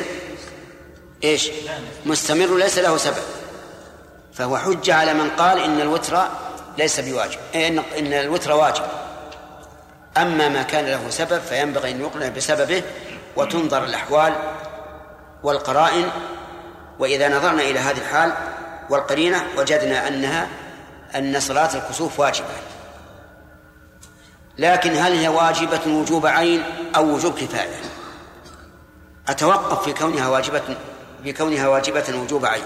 مستمر ليس له سبب، فهو حجة على من قال إن الوتر ليس بواجب، إن الوتر واجب. أما ما كان له سبب فينبغي أن يقرن بسببه وتنظر الأحوال والقرائن، وإذا نظرنا إلى هذه الحال والقرينة وجدنا أن صلاة الكسوف واجبة. لكن هل هي واجبة وجوب عين أو وجوب كفاية؟ أتوقف في كونها واجبة وجوب عين،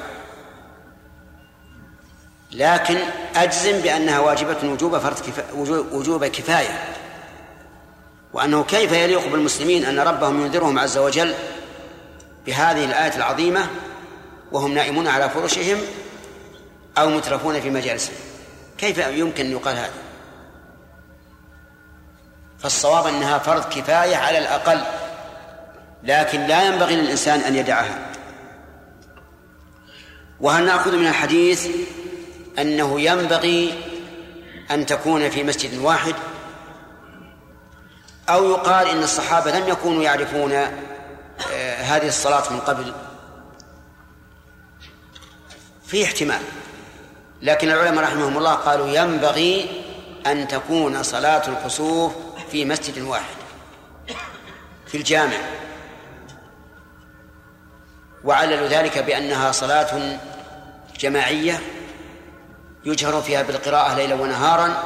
لكن أجزم بأنها واجبة وجوب كفاية، وأنه كيف يليق بالمسلمين أن ربهم ينذرهم عز وجل بهذه الآية العظيمة وهم نائمون على فرشهم أو مترفون في مجالسهم؟ كيف يمكن أن يقال هذا؟ فالصواب أنها فرض كفاية على الأقل، لكن لا ينبغي للإنسان أن يدعها. وهل نأخذ من الحديث أنه ينبغي أن تكون في مسجد واحد، أو يقال إن الصحابة لم يكونوا يعرفون هذه الصلاة من قبل؟ في احتمال، لكن العلماء رحمهم الله قالوا ينبغي أن تكون صلاة الكسوف في مسجد واحد في الجامع، وعللوا ذلك بأنها صلاة جماعية يجهر فيها بالقراءة ليلا ونهارا،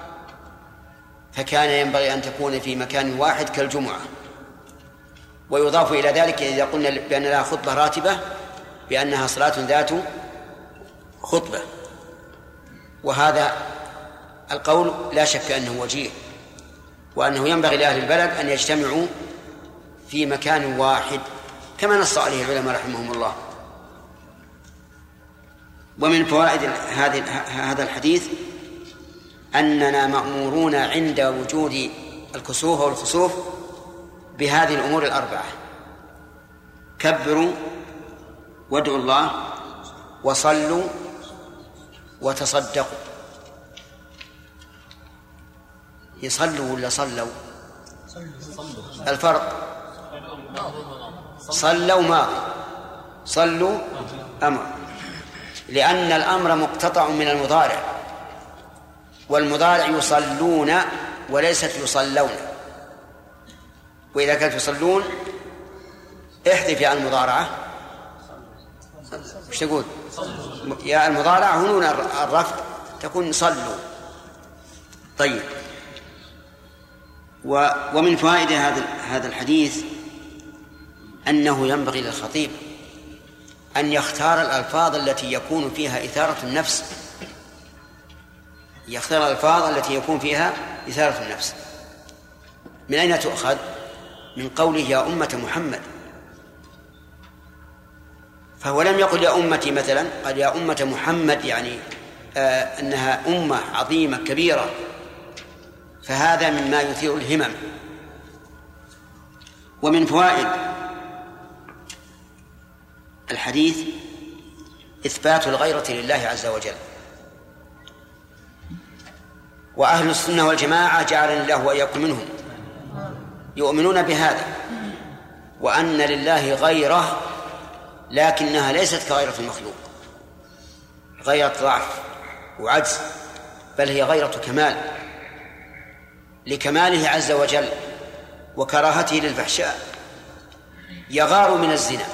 فكان ينبغي أن تكون في مكان واحد كالجمعة. ويضاف إلى ذلك إذا قلنا بأن لها خطبة راتبة بأنها صلاة ذات خطبة، وهذا القول لا شك أنه وجيه، وأنه ينبغي لأهل البلد أن يجتمعوا في مكان واحد كما نص عليه العلماء رحمهم الله. ومن فوائد هذا الحديث أننا مأمورون عند وجود الكسوف والخسوف بهذه الأمور الأربعة: كبروا وادعوا الله وصلوا وتصدقوا. يصلوا ولا صلوا؟ الفرق صلوا ماضي، صلوا أمر، لأن الأمر مقتطع من المضارع، والمضارع يصلون وليست يصلون. وإذا كانت يصلون احذف يا المضارعة، ايش تقول؟ يا المضارعة هنون الرفع تكون صلوا. طيب، ومن فوائد هذا الحديث أنه ينبغي للخطيب أن يختار الألفاظ التي يكون فيها إثارة النفس، يختار الألفاظ التي يكون فيها إثارة النفس. من أين تؤخذ؟ من قوله يا أمة محمد، فهو لم يقل يا أمتي مثلا، قال يا أمة محمد، يعني أنها أمة عظيمة كبيرة، فهذا مما يثير الهمم. ومن فوائد الحديث إثبات الغيرة لله عز وجل، وأهل السنة والجماعة جعلني الله وإياكم منهم يؤمنون بهذا، وأن لله غيرة لكنها ليست كغيرة المخلوق، غيرة ضعف وعجز، بل هي غيرة كمال، لكماله عز وجل وكراهته للفحشاء. يغار من الزنا،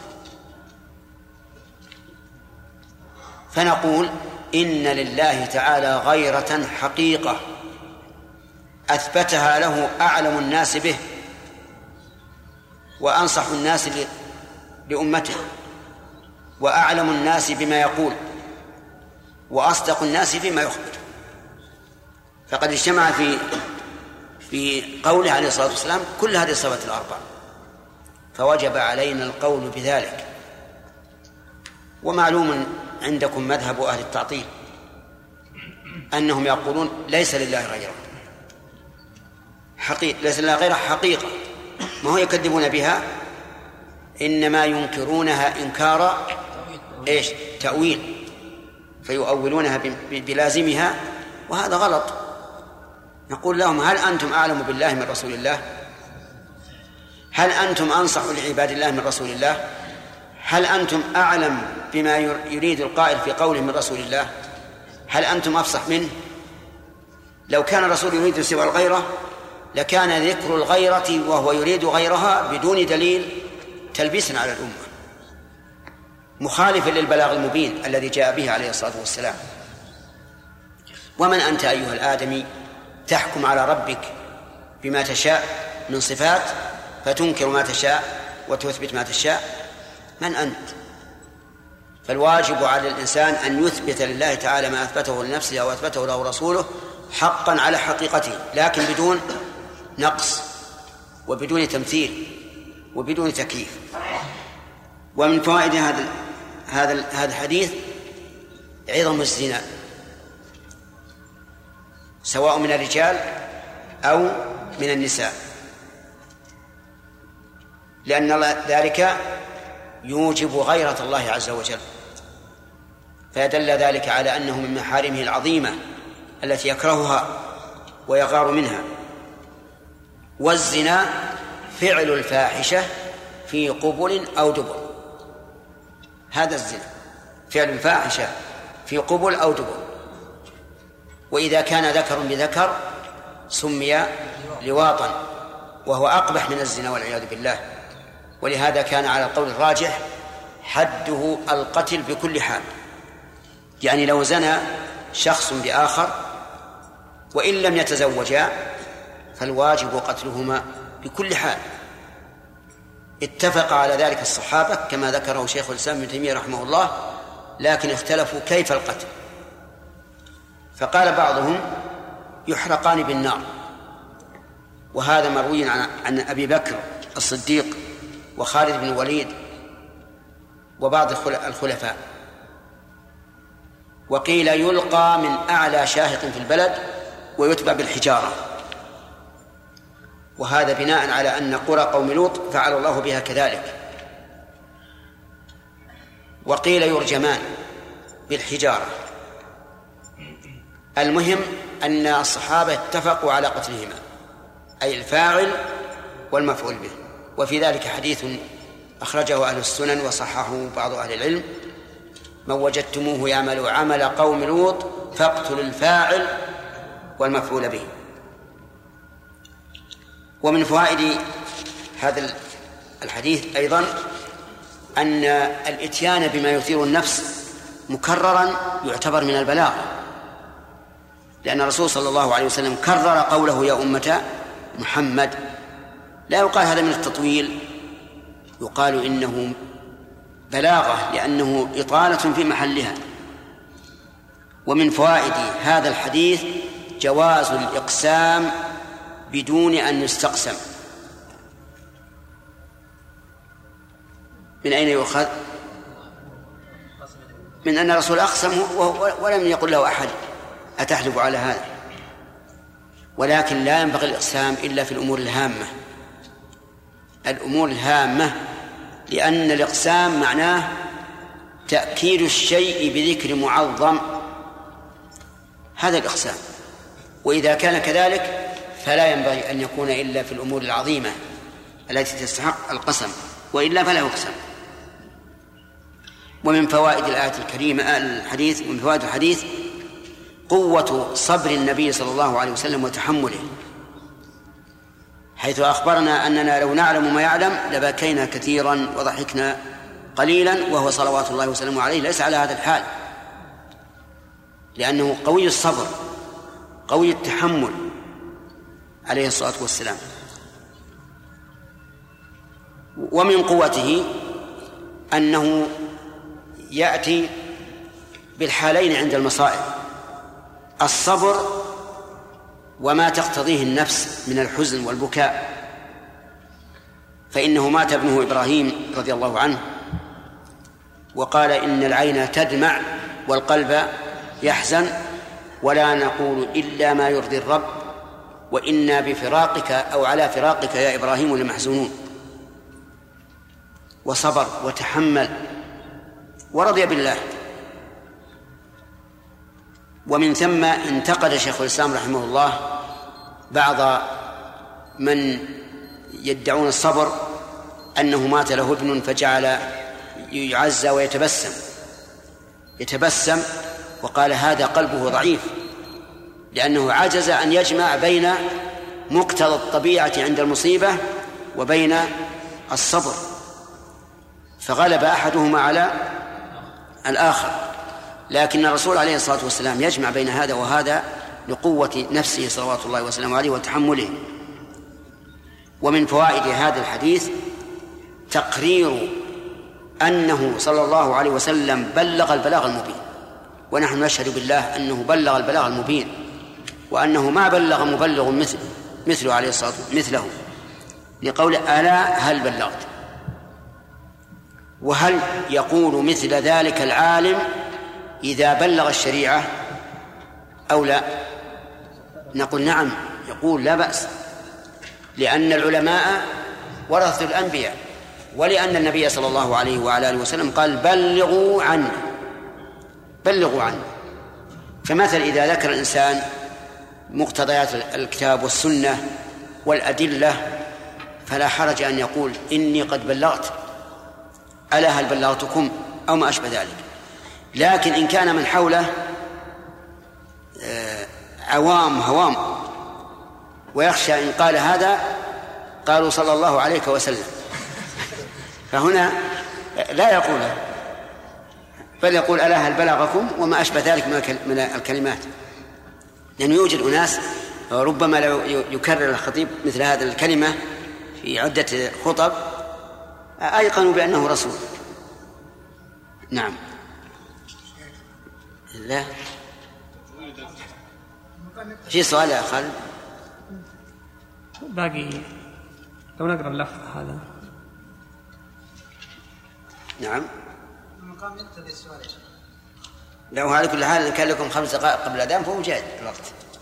فنقول إن لله تعالى غيرة حقيقة أثبتها له أعلم الناس به وأنصح الناس لأمته وأعلم الناس بما يقول وأصدق الناس فيما يخبر. فقد اجتمع في قوله عليه الصلاة والسلام كل هذه الصفات الأربع، فوجب علينا القول بذلك. ومعلوم عندكم مذهب أهل التعطيل أنهم يقولون ليس لله غيره حقيقة، ليس لله غيره حقيقة، ما هو يكذبون بها، إنما ينكرونها إنكار إيش؟ تأويل، فيؤولونها بلازمها، وهذا غلط. نقول لهم هل أنتم أعلم بالله من رسول الله؟ هل أنتم أنصح لعباد الله من رسول الله؟ هل أنتم أعلم بما يريد القائل في قوله من رسول الله؟ هل أنتم أفصح منه؟ لو كان الرسول يريد سوى الغيرة لكان ذكر الغيرة وهو يريد غيرها بدون دليل تلبيسا على الأمة، مخالفا للبلاغ المبين الذي جاء به عليه الصلاة والسلام. ومن أنت أيها الآدمي تحكم على ربك بما تشاء من صفات فتنكر ما تشاء وتثبت ما تشاء؟ من أنت؟ فالواجب على الإنسان أن يثبت لله تعالى ما أثبته لنفسه أو أثبته له رسوله حقا على حقيقته، لكن بدون نقص وبدون تمثيل وبدون تكييف. ومن فوائد هذا الحديث عظم الزنا سواء من الرجال أو من النساء، لأن ذلك يوجب غيرة الله عز وجل، فيدل ذلك على أنه من محارمه العظيمة التي يكرهها ويغار منها. والزنا فعل الفاحشة في قبل أو دبر، هذا الزنا فعل الفاحشة في قبل أو دبر، وإذا كان ذكر بذكر سمي لواطا وهو أقبح من الزنا والعياذ بالله. ولهذا كان على القول الراجح حده القتل بكل حال، يعني لو زنى شخص بآخر وإن لم يتزوجا فالواجب قتلهما بكل حال. اتفق على ذلك الصحابة كما ذكره شيخ الإسلام ابن تيمية رحمه الله، لكن اختلفوا كيف القتل، فقال بعضهم يحرقان بالنار، وهذا مروي عن أبي بكر الصديق وخالد بن الوليد وبعض الخلفاء. وقيل يلقى من أعلى شاهق في البلد ويتبع بالحجارة، وهذا بناء على أن قرى قوم لوط فعل الله بها كذلك. وقيل يرجمان بالحجارة. المهم أن الصحابة اتفقوا على قتلهما، أي الفاعل والمفعول به. وفي ذلك حديث أخرجه أهل السنن وصححه بعض أهل العلم: من وجدتموه يعمل عمل قوم لوط فاقتلوا الفاعل والمفعول به. ومن فوائد هذا الحديث أيضا أن الإتيان بما يثير النفس مكررا يعتبر من البلاغ، لأن الرسول صلى الله عليه وسلم كرر قوله يا أمة محمد. لا يقال هذا من التطويل، يقال إنه بلاغة لأنه إطالة في محلها. ومن فوائد هذا الحديث جواز الإقسام بدون أن يستقسم. من أين يؤخذ؟ من أن الرسول أقسم ولم يقل له أحد أتحلف على هذا. ولكن لا ينبغي الإقسام إلا في الأمور الهامة، الأمور الهامة، لأن الإقسام معناه تأكيد الشيء بذكر معظم، هذا الإقسام. وإذا كان كذلك فلا ينبغي أن يكون إلا في الأمور العظيمة التي تستحق القسم، وإلا فلا يقسم. ومن فوائد الآية الكريمة الحديث، ومن فوائد الحديث قوة صبر النبي صلى الله عليه وسلم وتحمله، حيث أخبرنا أننا لو نعلم ما يعلم لبكينا كثيرا وضحكنا قليلا، وهو صلوات الله وسلامه عليه ليس على هذا الحال، لأنه قوي الصبر قوي التحمل عليه الصلاة والسلام. ومن قوته أنه يأتي بالحالين عند المصائب: الصبر وما تقتضيه النفس من الحزن والبكاء. فإنه مات ابنه إبراهيم رضي الله عنه وقال إن العين تدمع والقلب يحزن ولا نقول إلا ما يرضي الرب وإنا بفراقك أو على فراقك يا إبراهيم لمحزونون. وصبر وتحمل ورضي بالله. ومن ثم انتقد شيخ الإسلام رحمه الله بعض من يدعون الصبر أنه مات له ابن فجعل يعزى ويتبسم وقال هذا قلبه ضعيف، لأنه عجز أن يجمع بين مقتضى الطبيعة عند المصيبة وبين الصبر، فغلب أحدهما على الآخر. لكن الرسول عليه الصلاة والسلام يجمع بين هذا وهذا لقوة نفسه صلوات الله وسلامه عليه وتحمله. ومن فوائد هذا الحديث تقرير أنه صلى الله عليه وسلم بلغ البلاغ المبين، ونحن نشهد بالله أنه بلغ البلاغ المبين، وأنه ما بلغ مبلغ مثله عليه الصلاة والسلام مثله، لقول ألا هل بلغت. وهل يقول مثل ذلك العالم إذا بلغ الشريعة أو لا؟ نقول نعم، يقول لا بأس، لأن العلماء ورثوا الأنبياء، ولأن النبي صلى الله عليه وعلى آله وسلم قال بلغوا عني، بلغوا عني. فمثل إذا ذكر الإنسان مقتضيات الكتاب والسنة والأدلة فلا حرج أن يقول إني قد بلغت، ألا هل بلغتكم أو ما أشبه ذلك. لكن إن كان من حوله عوام هوام ويخشى إن قال هذا قالوا صلى الله عليه وسلم، فهنا لا يقوله، بل يقول ألا هل بلغكم وما أشبه ذلك من الكلمات. لأنه يوجد أناس ربما لو يكرر الخطيب مثل هذه الكلمة في عدة خطب أيقنوا بأنه رسول. نعم. لا في سؤال يا خالد؟ باقي لو نقرأ اللفظ هذا. نعم. لو على كل حال كان لكم 5 دقائق قبل الأذان فهو جاء الوقت.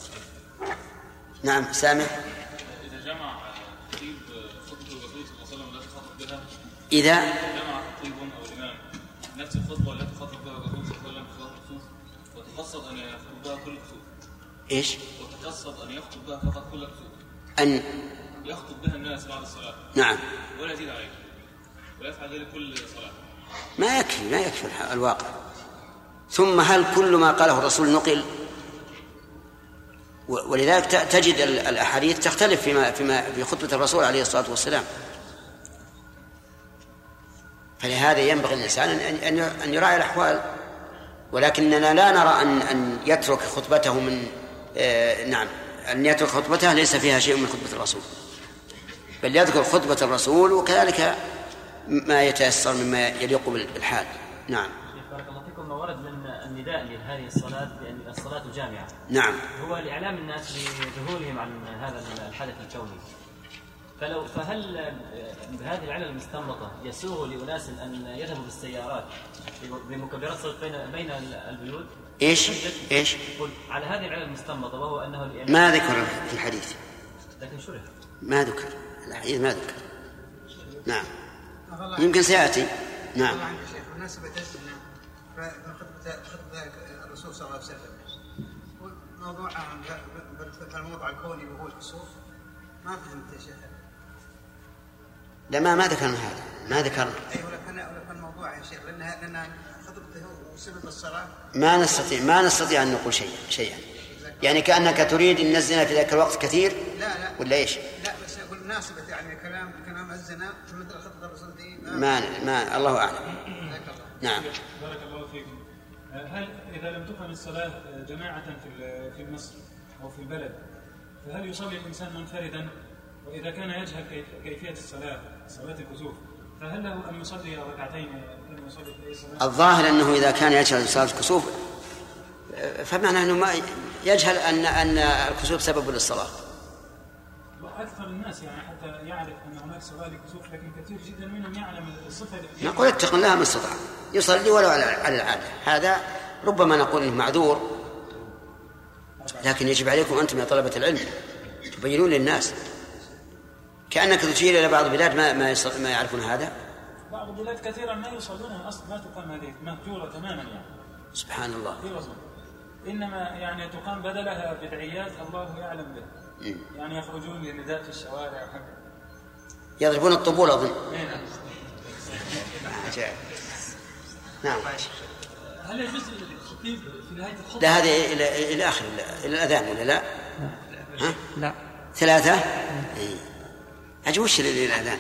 نعم سامح. إذا جمع خطيب خطبة الرسول صلى الله عليه وسلم التي خطب بها، إذا جمع خطيب أو إمام نفس الخطبة التي خطب بها الرسول صلى الله عليه وسلم في صلاة الكسوف وتقصد أن يخطب بها كل كسوف. إيش؟ وتقصد أن يخطب بها فقط كل كسوف. أن يخطب بها الناس بعد الصلاة. نعم. ولا يزيد عليه. ويفعل ذلك كل صلاة. ما يكفي الواقع. ثم هل كل ما قاله الرسول نقل؟ ولذلك تجد الأحاديث تختلف في خطبة الرسول عليه الصلاة والسلام. فلهذا ينبغي الإنسان أن يراعي الأحوال، ولكننا لا نرى أن يترك خطبته من نعم أن يترك خطبته ليس فيها شيء من خطبة الرسول، بل يذكر خطبة الرسول وكذلك ما يتيسر مما يليق بالحال. نعم. بارك الله فيكم. ما ورد من النداء لهذه الصلاة بأن الصلاة جامعة، نعم، هو لإعلام الناس بذهولهم عن هذا الحدث الكوني. فهل بهذه العلة المستنبطة يسوغ لأناس أن يذهبوا بالسيارات بمكبرات صوت بين البيوت؟ إيش؟ على هذه العلة المستنبطة، وهو أنه ما ذكر في الحديث، لكن شرح ما ذكر الحديث ما ذكر. نعم يمكن سيأتي. نعم. مناسبة الزنا خطبة الرسول صلى الله عليه وسلم الموضوع الكوني وهو الكسوف ما فهمت يا شيخ. لا ما ذكرنا هذا، ما ذكرنا. أيوة لكن الموضوع يا شيخ لأن خطبته وسبب الصلاة ما نستطيع أن نقول شيئا. يعني كأنك تريد أن الزنا في ذاك الوقت كثير. لا ولا إيش؟ لا بس أقول مناسبة يعني كلام الزنا مثل خطبة الرسول دي ما الله أعلم. نعم. بارك الله فيكم. هل إذا لم تقم الصلاة جماعة في مصر أو في البلد فهل يصلي الإنسان منفردا؟ وإذا كان يجهل كيفية صلاة الكسوف فهل له أن يصلي ركعتين كما يصلي في أي صلاة؟ الظاهر أنه إذا كان يجهل صلاة الكسوف فمعنى أنه ما يجهل أن الكسوف سبب للصلاة. أكثر الناس يعني حتى يعرف أن هناك صلاة للكسوف، لكن كثير جدا منهم يعلم الصفة. نقول اتق الله ما استطاع، يصلي ولو على العادة. هذا ربما نقول إنه معذور، لكن يجب عليكم أنتم يا طلبة العلم تبينون للناس. كأنك تشير إلى بعض البلاد ما يعرفون هذا. بعض البلاد كثيرا ما يصلونها أصلا، ما تقام هذه مهجورة تماما يعني. سبحان الله. إنما يعني تقام بدلها بدعيات الله يعلم به. يعني يخرجون للنداء في الشوارع وهكذا. يضربون الطبول أظن. نعم. هل يجوز التخطيب في نهاية الخطبة. لا هذا إلى آخر إلى الأذان ولا لا؟ ها؟ لا 3. أجل وش إلى الأذان؟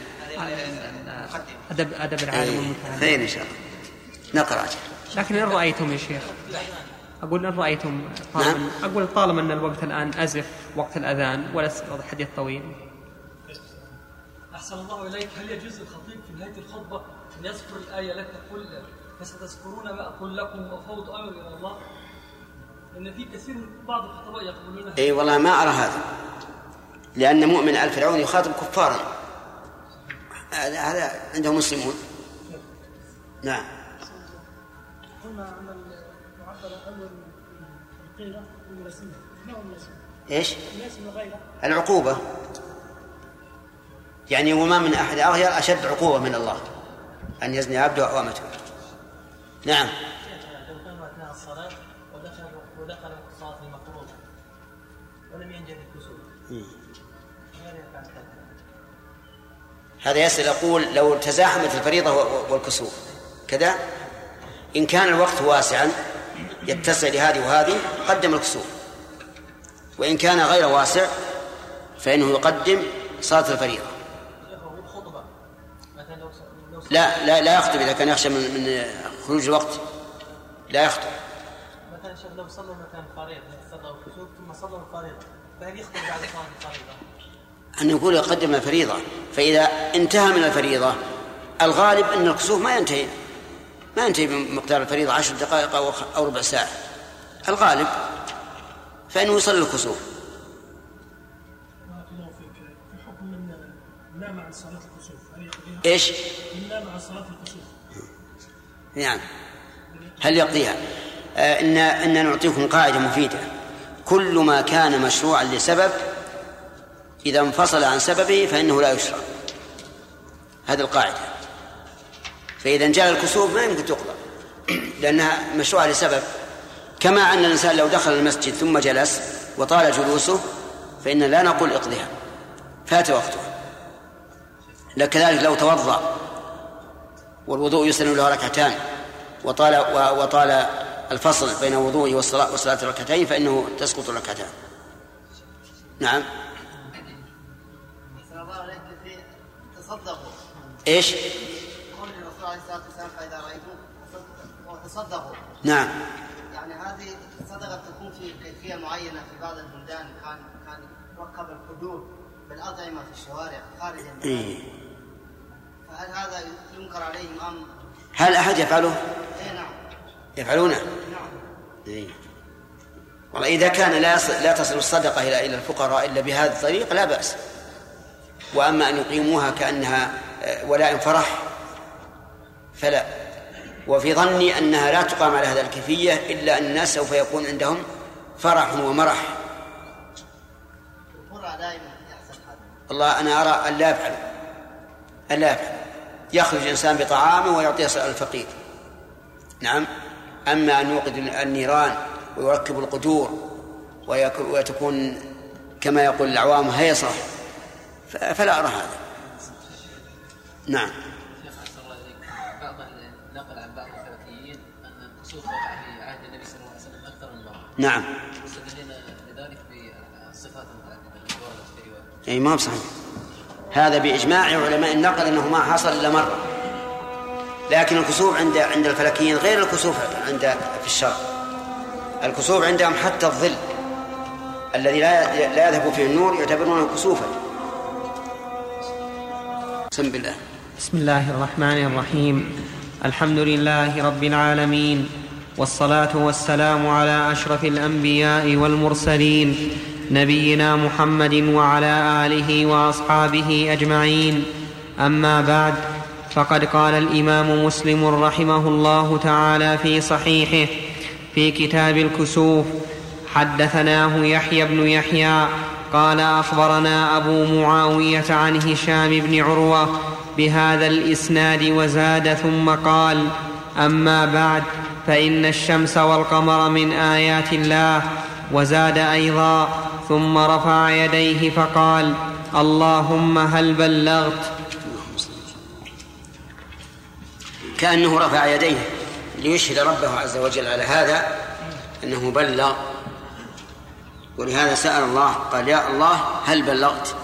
أدب العالم والمتعلم. خير إن شاء الله نقرأ. لكن إن رأيتم يا شيخ، أقول إن رأيتم طالما أن الوقت الآن أزف وقت الأذان وليس حديث طويل. أحسن الله إليك، هل يجوز الخطيب في نهاية الخطبة أن يذكر الآية لك يقول فستذكرون ما أقول لكم وأفوض أمري إلى الله؟ لأن في كثير من بعض الخطباء يقولون أي والله ما أرى هذا، لأن مؤمن آل فرعون يخاطب كفارا، هذا عندهم مسلمون. نعم. قلنا أن المعبر الأول القيرة والملاسمة. ما هو الملاسمة؟ إيش؟ الملاسمة غيره. العقوبة، يعني وما من أحد أغير أشد عقوبة من الله أن يزني عبده أو أمته. نعم. لو كانوا أثناء الصلاة ودخل الصلاة المفروضة ولم ينجد الكسوف. هذا يسأل يقول لو تزاحمت الفريضة والكسوف كذا، إن كان الوقت واسعا يتسع لهذه وهذه قدم الكسوف، وإن كان غير واسع فإنه يقدم صلاة الفريضة. لا يخطب إذا كان يخشى من خروج الوقت، لا يخطب. مثلا لو صلوا مكان فريضة صلوا الكسوف ثم صلوا الفريضة، فهل يخطب بعد صلاة الفريضة؟ أن يقول يقدم الفريضة، فإذا انتهى من الفريضة الغالب أن الكسوف ما ينتهي بمقدار الفريضة 10 دقائق أو ربع ساعة، الغالب فإنه يصلي الكسوف. في حكم من نام عن صلاة الكسوف، هل يقضيها؟ إيش؟ من نام عن صلاة الكسوف. نعم، هل يقضيها؟ إن نعطيكم قاعدة مفيدة: كل ما كان مشروعا لسبب إذا انفصل عن سببه فإنه لا يشرع. هذه القاعدة. فإذا جاء الكسوف ما يمكن تقضى لأنها مشروعة لسبب، كما أن الإنسان لو دخل المسجد ثم جلس وطال جلوسه فإن لا نقول اقضيها، فات وقتها. كذلك لو توضأ والوضوء يسن له ركعتان وطال الفصل بين وضوءه وصلاة الركعتين فإنه تسقط الركعتان. نعم. تصدقوا. إيش؟ قول الرسول عليه الصلاة والسلام: فإذا رأيتم تصدقوا. نعم. يعني هذه الصدقة تكون في كيفية معينة. في بعض البلدان كان يركب الحدود بالأطعمة في الشوارع خارج المدينة. فهل هذا ينكر عليهم أم؟ هل أحد يفعله؟ نعم. يفعلونه؟ نعم. والله إذا كان لا تصل الصدقة إلى الفقراء إلا بهذا الطريق لا بأس. وأما أن يقيموها كأنها ولاء فرح فلا. وفي ظني أنها لا تقام على هذا الكيفية إلا أن الناس سوف يكون عندهم فرح ومرح. الله أنا أرى أن لا يفعل. يخرج إنسان بطعامه ويعطيه الفقير. نعم. أما أن يوقد النيران ويركب القدور وتكون كما يقول العوام هيصة فلا أرى هذا. نعم. بعض النقل عن بعض الفلكيين أن الكسوف وقع في عهد النبي صلى الله عليه وسلم أكثر من مرة. نعم. مستدلين لذلك بالصفات المتعددة الواردة في الرواية. أي ما بصحيح. هذا بإجماع علماء النقل أنه ما حصل إلا مرة. لكن الكسوف عند الفلكيين غير الكسوف في الشرع. الكسوف عندهم حتى الظل الذي لا يذهب فيه النور يعتبرونه كسوفا. بسم الله الرحمن الرحيم. الحمد لله رب العالمين، والصلاة والسلام على أشرف الأنبياء والمرسلين نبينا محمد وعلى آله وأصحابه أجمعين. أما بعد، فقد قال الإمام مسلم رحمه الله تعالى في صحيحه في كتاب الكسوف: حدثناه يحيى بن يحيى قال أخبرنا أبو معاوية عن هشام بن عروة بهذا الإسناد وزاد ثم قال: أما بعد، فإن الشمس والقمر من آيات الله. وزاد أيضا: ثم رفع يديه فقال: اللهم هل بلغت. كأنه رفع يديه ليشهد ربه عز وجل على هذا أنه بلغ، ولهذا سأل الله قال يا الله هل بلغت؟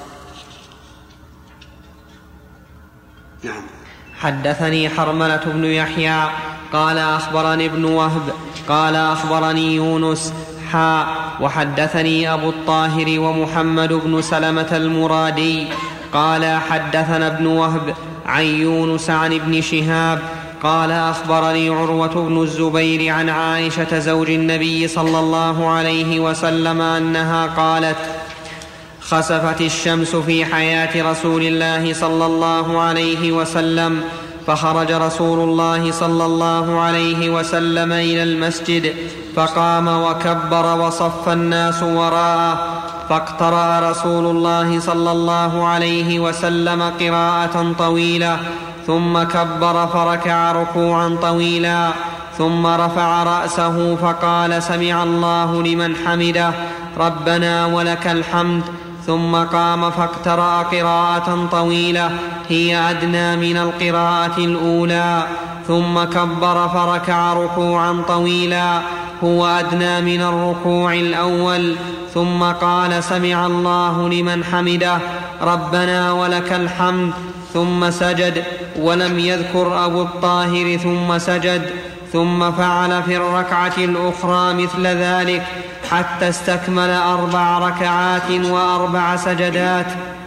نعم. حدثني حرملة بن يحيى قال أخبرني ابن وهب قال أخبرني يونس وحدثني أبو الطاهر ومحمد بن سلمة المرادي قال حدثنا ابن وهب عن يونس عن ابن شهاب قال أخبرني عروة بن الزبير عن عائشة زوج النبي صلى الله عليه وسلم أنها قالت: خسفت الشمس في حياة رسول الله صلى الله عليه وسلم، فخرج رسول الله صلى الله عليه وسلم إلى المسجد فقام وكبر وصف الناس وراءه، فاقترأ رسول الله صلى الله عليه وسلم قراءة طويلة ثم كبر فركع ركوعا طويلا ثم رفع رأسه فقال: سمع الله لمن حمده ربنا ولك الحمد، ثم قام فاقترأ قراءة طويلة هي أدنى من القراءة الأولى ثم كبر فركع ركوعا طويلا هو أدنى من الركوع الأول ثم قال: سمع الله لمن حمده ربنا ولك الحمد، ثم سجد، ولم يذكر أبو الطاهر ثم سجد، ثم فعل في الركعة الأخرى مثل ذلك حتى استكمل 4 ركعات و4 سجدات.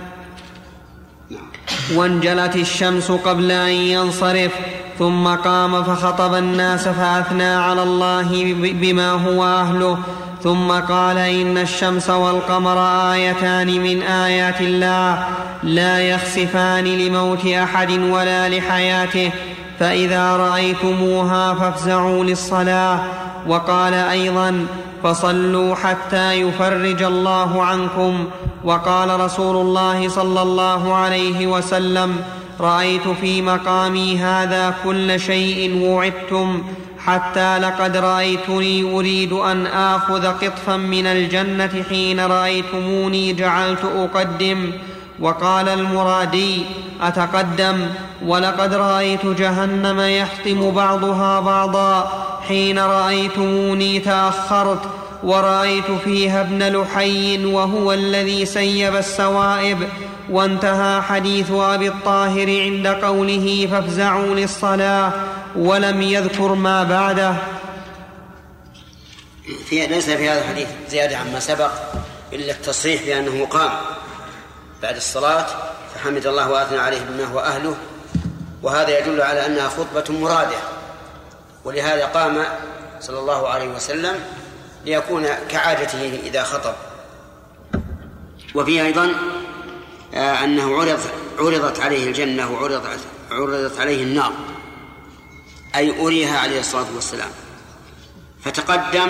وانجلت الشمس قبل أن ينصرف، ثم قام فخطب الناس فأثنى على الله بما هو أهله، ثم قال: إن الشمس والقمر آيتان من آيات الله لا يخسفان لموت أحد ولا لحياته، فإذا رأيتموها فافزعوا للصلاة. وقال أيضا: فصلوا حتى يفرج الله عنكم. وقال رسول الله صلى الله عليه وسلم: رأيت في مقامي هذا كل شيء وعدتم، حتى لقد رأيتني أريد أن آخذ قطفا من الجنة حين رأيتموني جعلت أقدم. وقال المرادي: أتقدم، ولقد رأيت جهنم يحطم بعضها بعضا، حين رأيتموني تأخرت، ورأيت فيها ابن لحي وهو الذي سيب السوائب. وانتهى حديث أبي الطاهر عند قوله: فافزعوا للصلاة، ولم يذكر ما بعده. ليس في هذا الحديث زيادة عما سبق إلا التصريح بأنه قام بعد الصلاة فحمد الله وأثنى عليه بما هو أهله، وهذا يدل على أنها خطبة مرادة، ولهذا قام صلى الله عليه وسلم ليكون كعادته إذا خطب. وفيه أيضا أنه عرضت عليه الجنة وعرضت عليه النار، أي أريها عليه الصلاة والسلام، فتقدم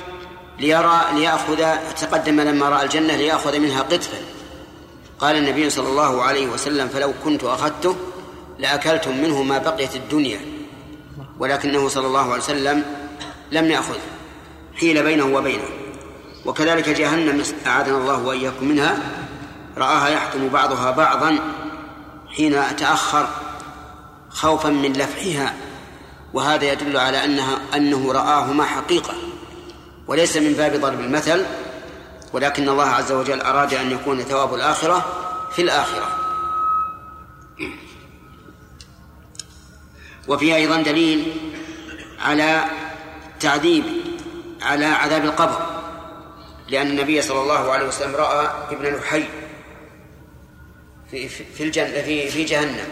تقدم لما رأى الجنة ليأخذ منها قطفا. قال النبي صلى الله عليه وسلم: فلو كنت أخذته لأكلتم منه ما بقيت الدنيا، ولكنه صلى الله عليه وسلم لم يأخذ، حيل بينه وبينه. وكذلك جهنم أعاذنا الله وإياكم منها، رآها يحطم بعضها بعضا حين تأخر خوفا من لفحها، وهذا يدل على أنه رآهما حقيقة وليس من باب ضرب المثل، ولكن الله عز وجل أراد أن يكون ثواب الآخرة في الآخرة. وفيه أيضا دليل على عذاب القبر، لأن النبي صلى الله عليه وسلم رأى ابن لحي في جهنم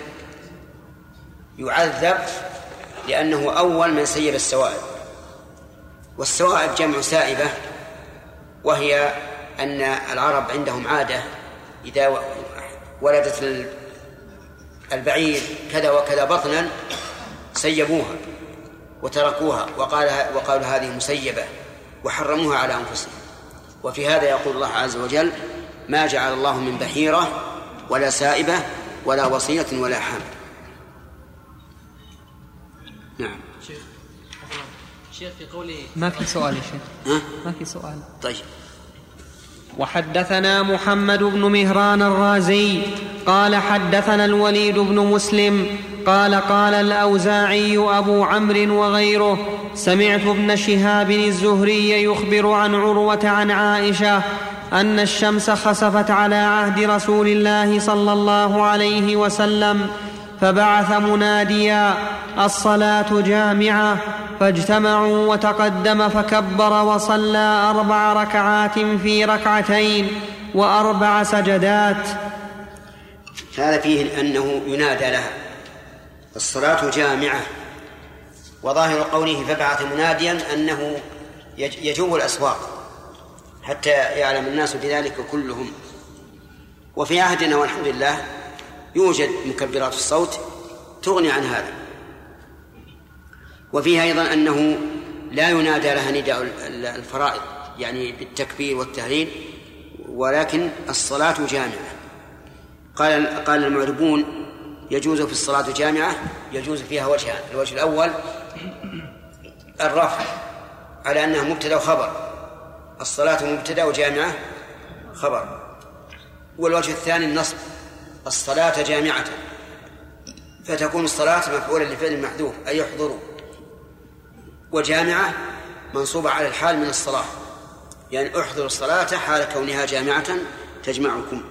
يعذب لأنه أول من سيب السوائب. والسوائب جمع سائبة، وهي أن العرب عندهم عادة إذا ولدت البعير كذا وكذا بطنا سيبوها وتركوها وقالوا هذه مسيبة وحرموها على أنفسهم. وفي هذا يقول الله عز وجل: ما جعل الله من بحيرة ولا سائبة ولا وصية ولا حام. نعم. شيخ في قوله ما في سؤال يا شيخ. ما في سؤال. طيب. وحدثنا محمد بن مهران الرازي قال حدثنا الوليد بن مسلم قال الأوزاعي أبو عمرو وغيره سمعت ابن شهاب الزهري يخبر عن عروة عن عائشة أن الشمس خسفت على عهد رسول الله صلى الله عليه وسلم فبعث مناديا: الصلاة جامعة، فاجتمعوا وتقدم فكبر وصلى 4 ركعات في ركعتين و4 سجدات. هذا فيه أنه ينادى لها الصلاة جامعة، وظاهر قوله فبعث مناديا أنه يجوب الأسواق حتى يعلم الناس بذلك كلهم. وفي عهدنا والحمد لله يوجد مكبرات الصوت تغني عن هذا. وفيه أيضا أنه لا ينادى لها نداء الفرائض يعني بالتكبير والتهليل، ولكن الصلاة جامعة. قال المعربون يجوز في الصلاة جامعة يجوز فيها وجهان: الوجه الأول الرفع على أنها مبتدأ وخبر، الصلاة مبتدأ وجامعة خبر، والوجه الثاني النصب: الصلاة جامعة، فتكون الصلاة مفعولا لفعل محذوف أي يحضر، وجامعة منصوبة على الحال من الصلاة، يعني احضر الصلاة حال كونها جامعة تجمعكم.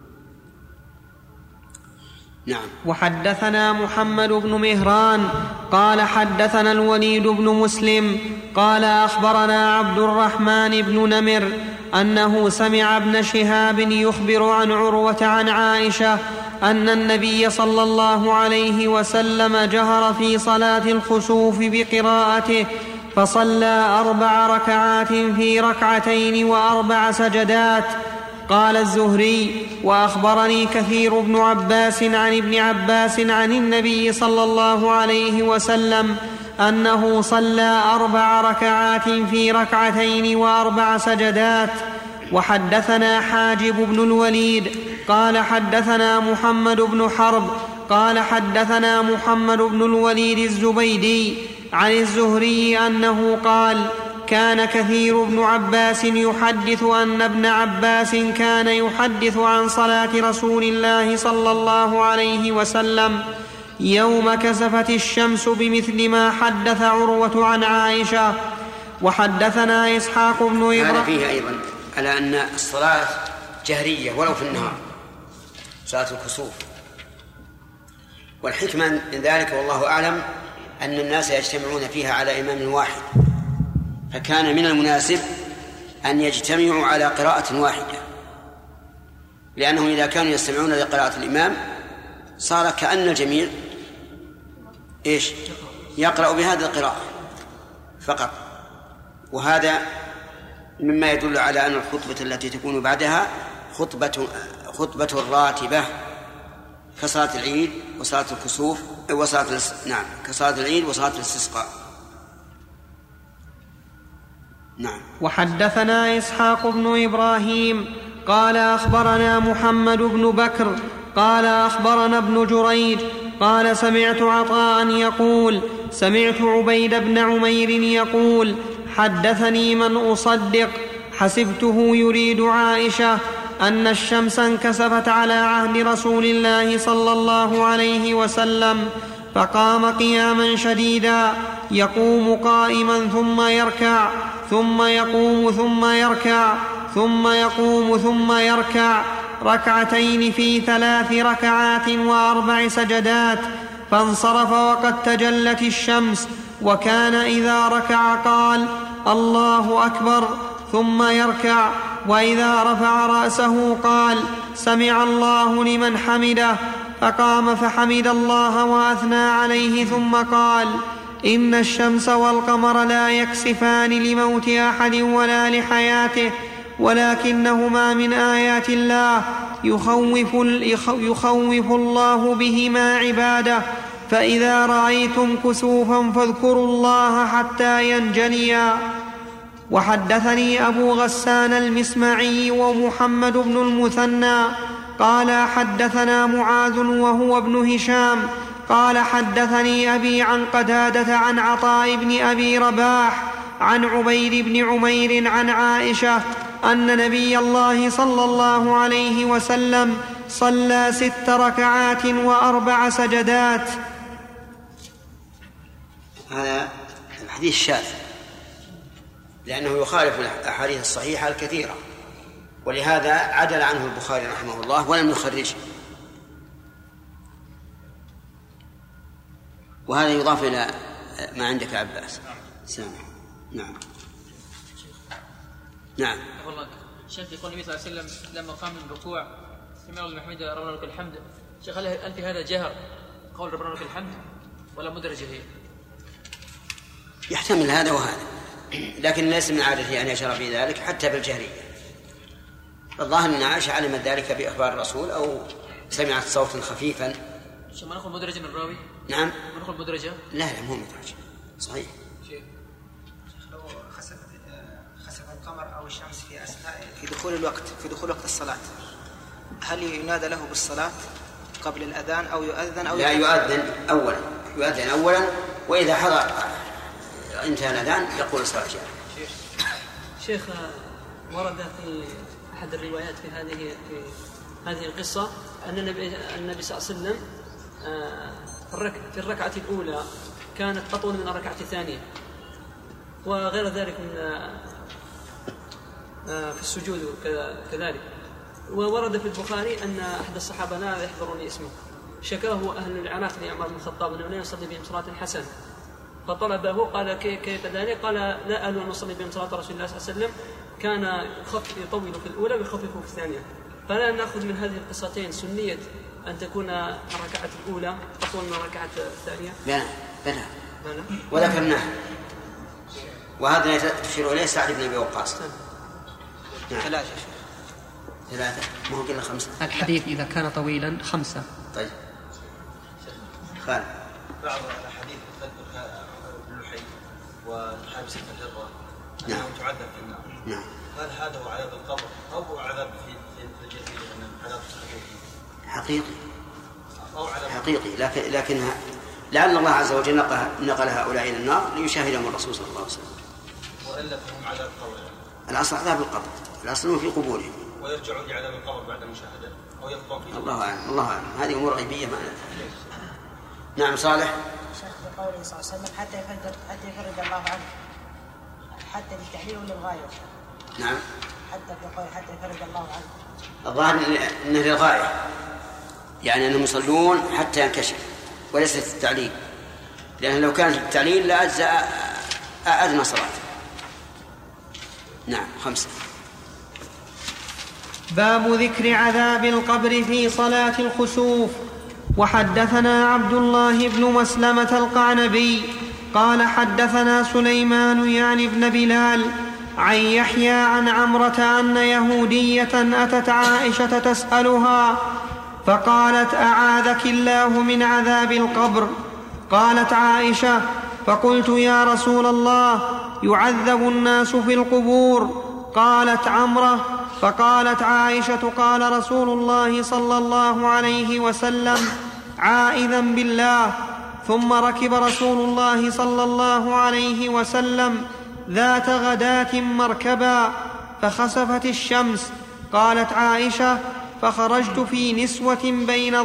نعم. وحدثنا محمد بن مهران قال حدثنا الوليد بن مسلم قال أخبرنا عبد الرحمن بن نمر أنه سمع ابن شهاب يخبر عن عروة عن عائشة أن النبي صلى الله عليه وسلم جهر في صلاة الخسوف بقراءته فصلى 4 ركعات في ركعتين و4 سجدات. قال الزهري: وأخبرني كثير بن عباس عن ابن عباس عن النبي صلى الله عليه وسلم أنه صلى 4 ركعات في ركعتين و4 سجدات. وحدثنا حاجب بن الوليد قال حدثنا محمد بن حرب قال حدثنا محمد بن الوليد الزبيدي عن الزهري أنه قال: كان كثير بن عباس يحدث أن ابن عباس كان يحدث عن صلاة رسول الله صلى الله عليه وسلم يوم كسفت الشمس بمثل ما حدث عروة عن عائشة. وحدثنا إسحاق بن إبراهيم. هذا فيه أيضا على أن الصلاة جهرية ولو في النهار، صلاة الكسوف، والحكمة من ذلك والله أعلم أن الناس يجتمعون فيها على إمام واحد، فكان من المناسب أن يجتمعوا على قراءة واحدة، لأنهم إذا كانوا يستمعون لقراءة الإمام صار كأن الجميع يقرأ بهذه القراءة فقط. وهذا مما يدل على أن الخطبة التي تكون بعدها خطبة راتبة كصلاة العيد وصلاة الكسوف كصلاة العيد وصلاة الاستسقاء. نعم. وحدثنا إسحاق بن إبراهيم قال أخبرنا محمد بن بكر قال أخبرنا ابن جريج قال سمعت عطاء يقول سمعت عبيد بن عمير يقول: حدثني من أصدق حسبته يريد عائشة أن الشمس انكسفت على عهد رسول الله صلى الله عليه وسلم فقام قياما شديدا يقوم قائما ثم يركع ثم يقوم ثم يركع ثم يقوم ثم يركع ركعتين في 3 ركعات و4 سجدات، فانصرف وقد تجلت الشمس، وكان إذا ركع قال: الله أكبر، ثم يركع، وإذا رفع رأسه قال: سمع الله لمن حمده، فقام فحمد الله وأثنى عليه ثم قال: إن الشمس والقمر لا يكسفان لموت أحد ولا لحياته، ولكنهما من آيات الله يخوف الله بهما عباده، فإذا رأيتم كسوفا فاذكروا الله حتى ينجليا. وحدثني أبو غسان المسمعي ومحمد بن المثنى قال حدثنا معاذ وهو ابن هشام قال حدثني أبي عن قتادة عن عطاء بن أبي رباح عن عبيد بن عمير عن عائشة أن نبي الله صلى الله عليه وسلم صلى 6 ركعات و4 سجدات. هذا حديث شاذ لأنه يخالف الأحاديث الصحيحة الكثيرة، ولهذا عدل عنه البخاري رحمه الله ولم يخرجه. وهذا يضاف إلى ما عندك عباس. سامع. نعم. نعم. والله شيخ يقول النبي صلى الله عليه وسلم لما قام من الركوع سمع الله محمد ربنا لك الحمد، شيخ هل في هذا جهر قول ربنا لك الحمد ولا مدرجة هي؟ يحتمل هذا وهذا، لكن ليس من عادته أن يشرع في ذلك حتى بالجهرية. الظاهر أن عائشة علمت ذلك بإخبار الرسول أو سمعت صوتا خفيفا. ما نقول مدرجة من الراوي؟ نعم. ما نقول مدرجة؟ لا مو مدرجة. صحيح. شيخ لو خسف القمر أو الشمس في أثناء في دخول وقت الصلاة، هل ينادى له بالصلاة قبل الأذان أو يؤذن أو لا يؤذن أولا وإذا حضر انتهى الأذان يقول الصلاة جاء. شيخ ورد في أحد الروايات في هذه القصة أن النبي صلى الله عليه وسلم في الركعة الأولى كانت أطول من الركعة الثانية، وغير ذلك من في السجود كذلك. وورد في البخاري أن أحد الصحابة لا يحضرني اسمه شكاه أهل العراق لعمر بن الخطاب أنه لا يصلي بهم صلاة حسنة، فطلبه قال كيف ذلك؟ قال لا ألو أن أصلي بهم صلاة رسول الله صلى الله عليه وسلم، كان يطول في الأولى ويخفف في الثانية. فلا نأخذ من هذه القصتين سنية أن تكون الركعة الأولى أطول من الركعة الثانية؟ لا وذكرناه، وهذا تشير إليه سعد بن أبي وقاص. ثلاثة ما هو قلنا 5. الحديث إذا كان طويلا 5. طيب خالد. بعض الأحاديث تذكر اللحي وحابس الهرة أنه تعذب في النار. نعم. هل هذا هو عذاب القبر أو هو عذاب في الجحيم عذاب حقيقي لكن لعل الله عز وجل نقل هؤلاء إلى النار ليشاهدهم الرسول صلى الله عليه وسلم. وإلا فهم عذاب القبر. الأصل عذاب القبر، الأصل في قبورهم. ويرجعون لعذاب القبر بعد المشاهدة أو يبقون فيه. الله أعلم. هذه أمور غيبية ما نعرفها. نعم صالح. شيخ بقوله صلى الله عليه وسلم حتى يفرد الله عنه، حتى للتحليل وللغاية. نعم. حتى يفرد الله عنه. الظاهر أنه للغاية، يعني أنهم يصلون حتى ينكشف وليس التعليل، لأن لو كان التعليل لأجزاء أدنى صلاة. نعم 5. باب ذكر عذاب القبر في صلاة الخسوف. وحدثنا عبد الله بن مسلمة القعنبي قال حدثنا سليمان يعني بن بلال عن يحيى عن عمرة أن يهودية أتت عائشة تسألها فقالت أعاذك الله من عذاب القبر. قالت عائشة فقلت يا رسول الله يعذب الناس في القبور. قالت عمرة فقالت عائشة قال رسول الله صلى الله عليه وسلم عائذا بالله. ثم ركب رسول الله صلى الله عليه وسلم ذات غداة مركبا فخسفت الشمس. قالت عائشة فخرجت في نسوة بين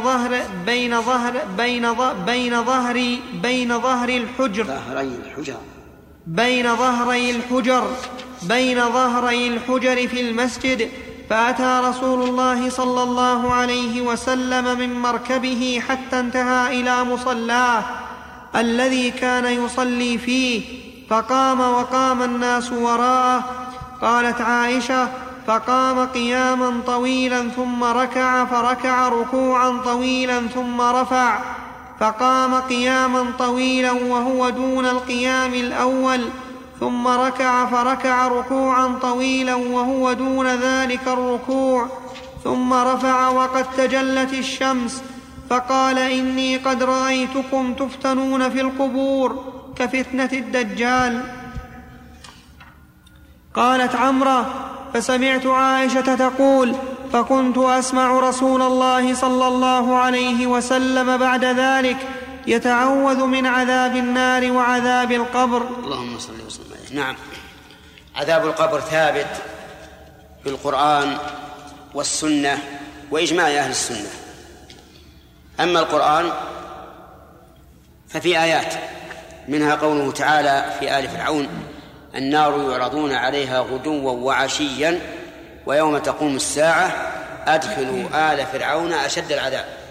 ظهري الحجر في المسجد، فأتى رسول الله صلى الله عليه وسلم من مركبه حتى انتهى إلى مصلاه الذي كان يصلي فيه، فقام وقام الناس وراءه. قالت عائشة فقام قياما طويلا ثم ركع فركع ركوعا طويلا ثم رفع، فقام قياما طويلا وهو دون القيام الأول، ثم ركع فركع ركوعا طويلا وهو دون ذلك الركوع، ثم رفع وقد تجلت الشمس، فقال إني قد رأيتكم تفتنون في القبور كفتنة الدجال. قالت عمرة فسمعت عائشة تقول فكنت أسمع رسول الله صلى الله عليه وسلم بعد ذلك يتعوذ من عذاب النار وعذاب القبر. اللهم صل وسلم عليه. نعم، عذاب القبر ثابت بالقرآن والسنة وإجماع أهل السنة. أما القرآن ففي آيات منها قوله تعالى في آل فرعون: النار يعرضون عليها غدوا وعشيا ويوم تقوم الساعة أدخلوا آل فرعون أشد العذاب.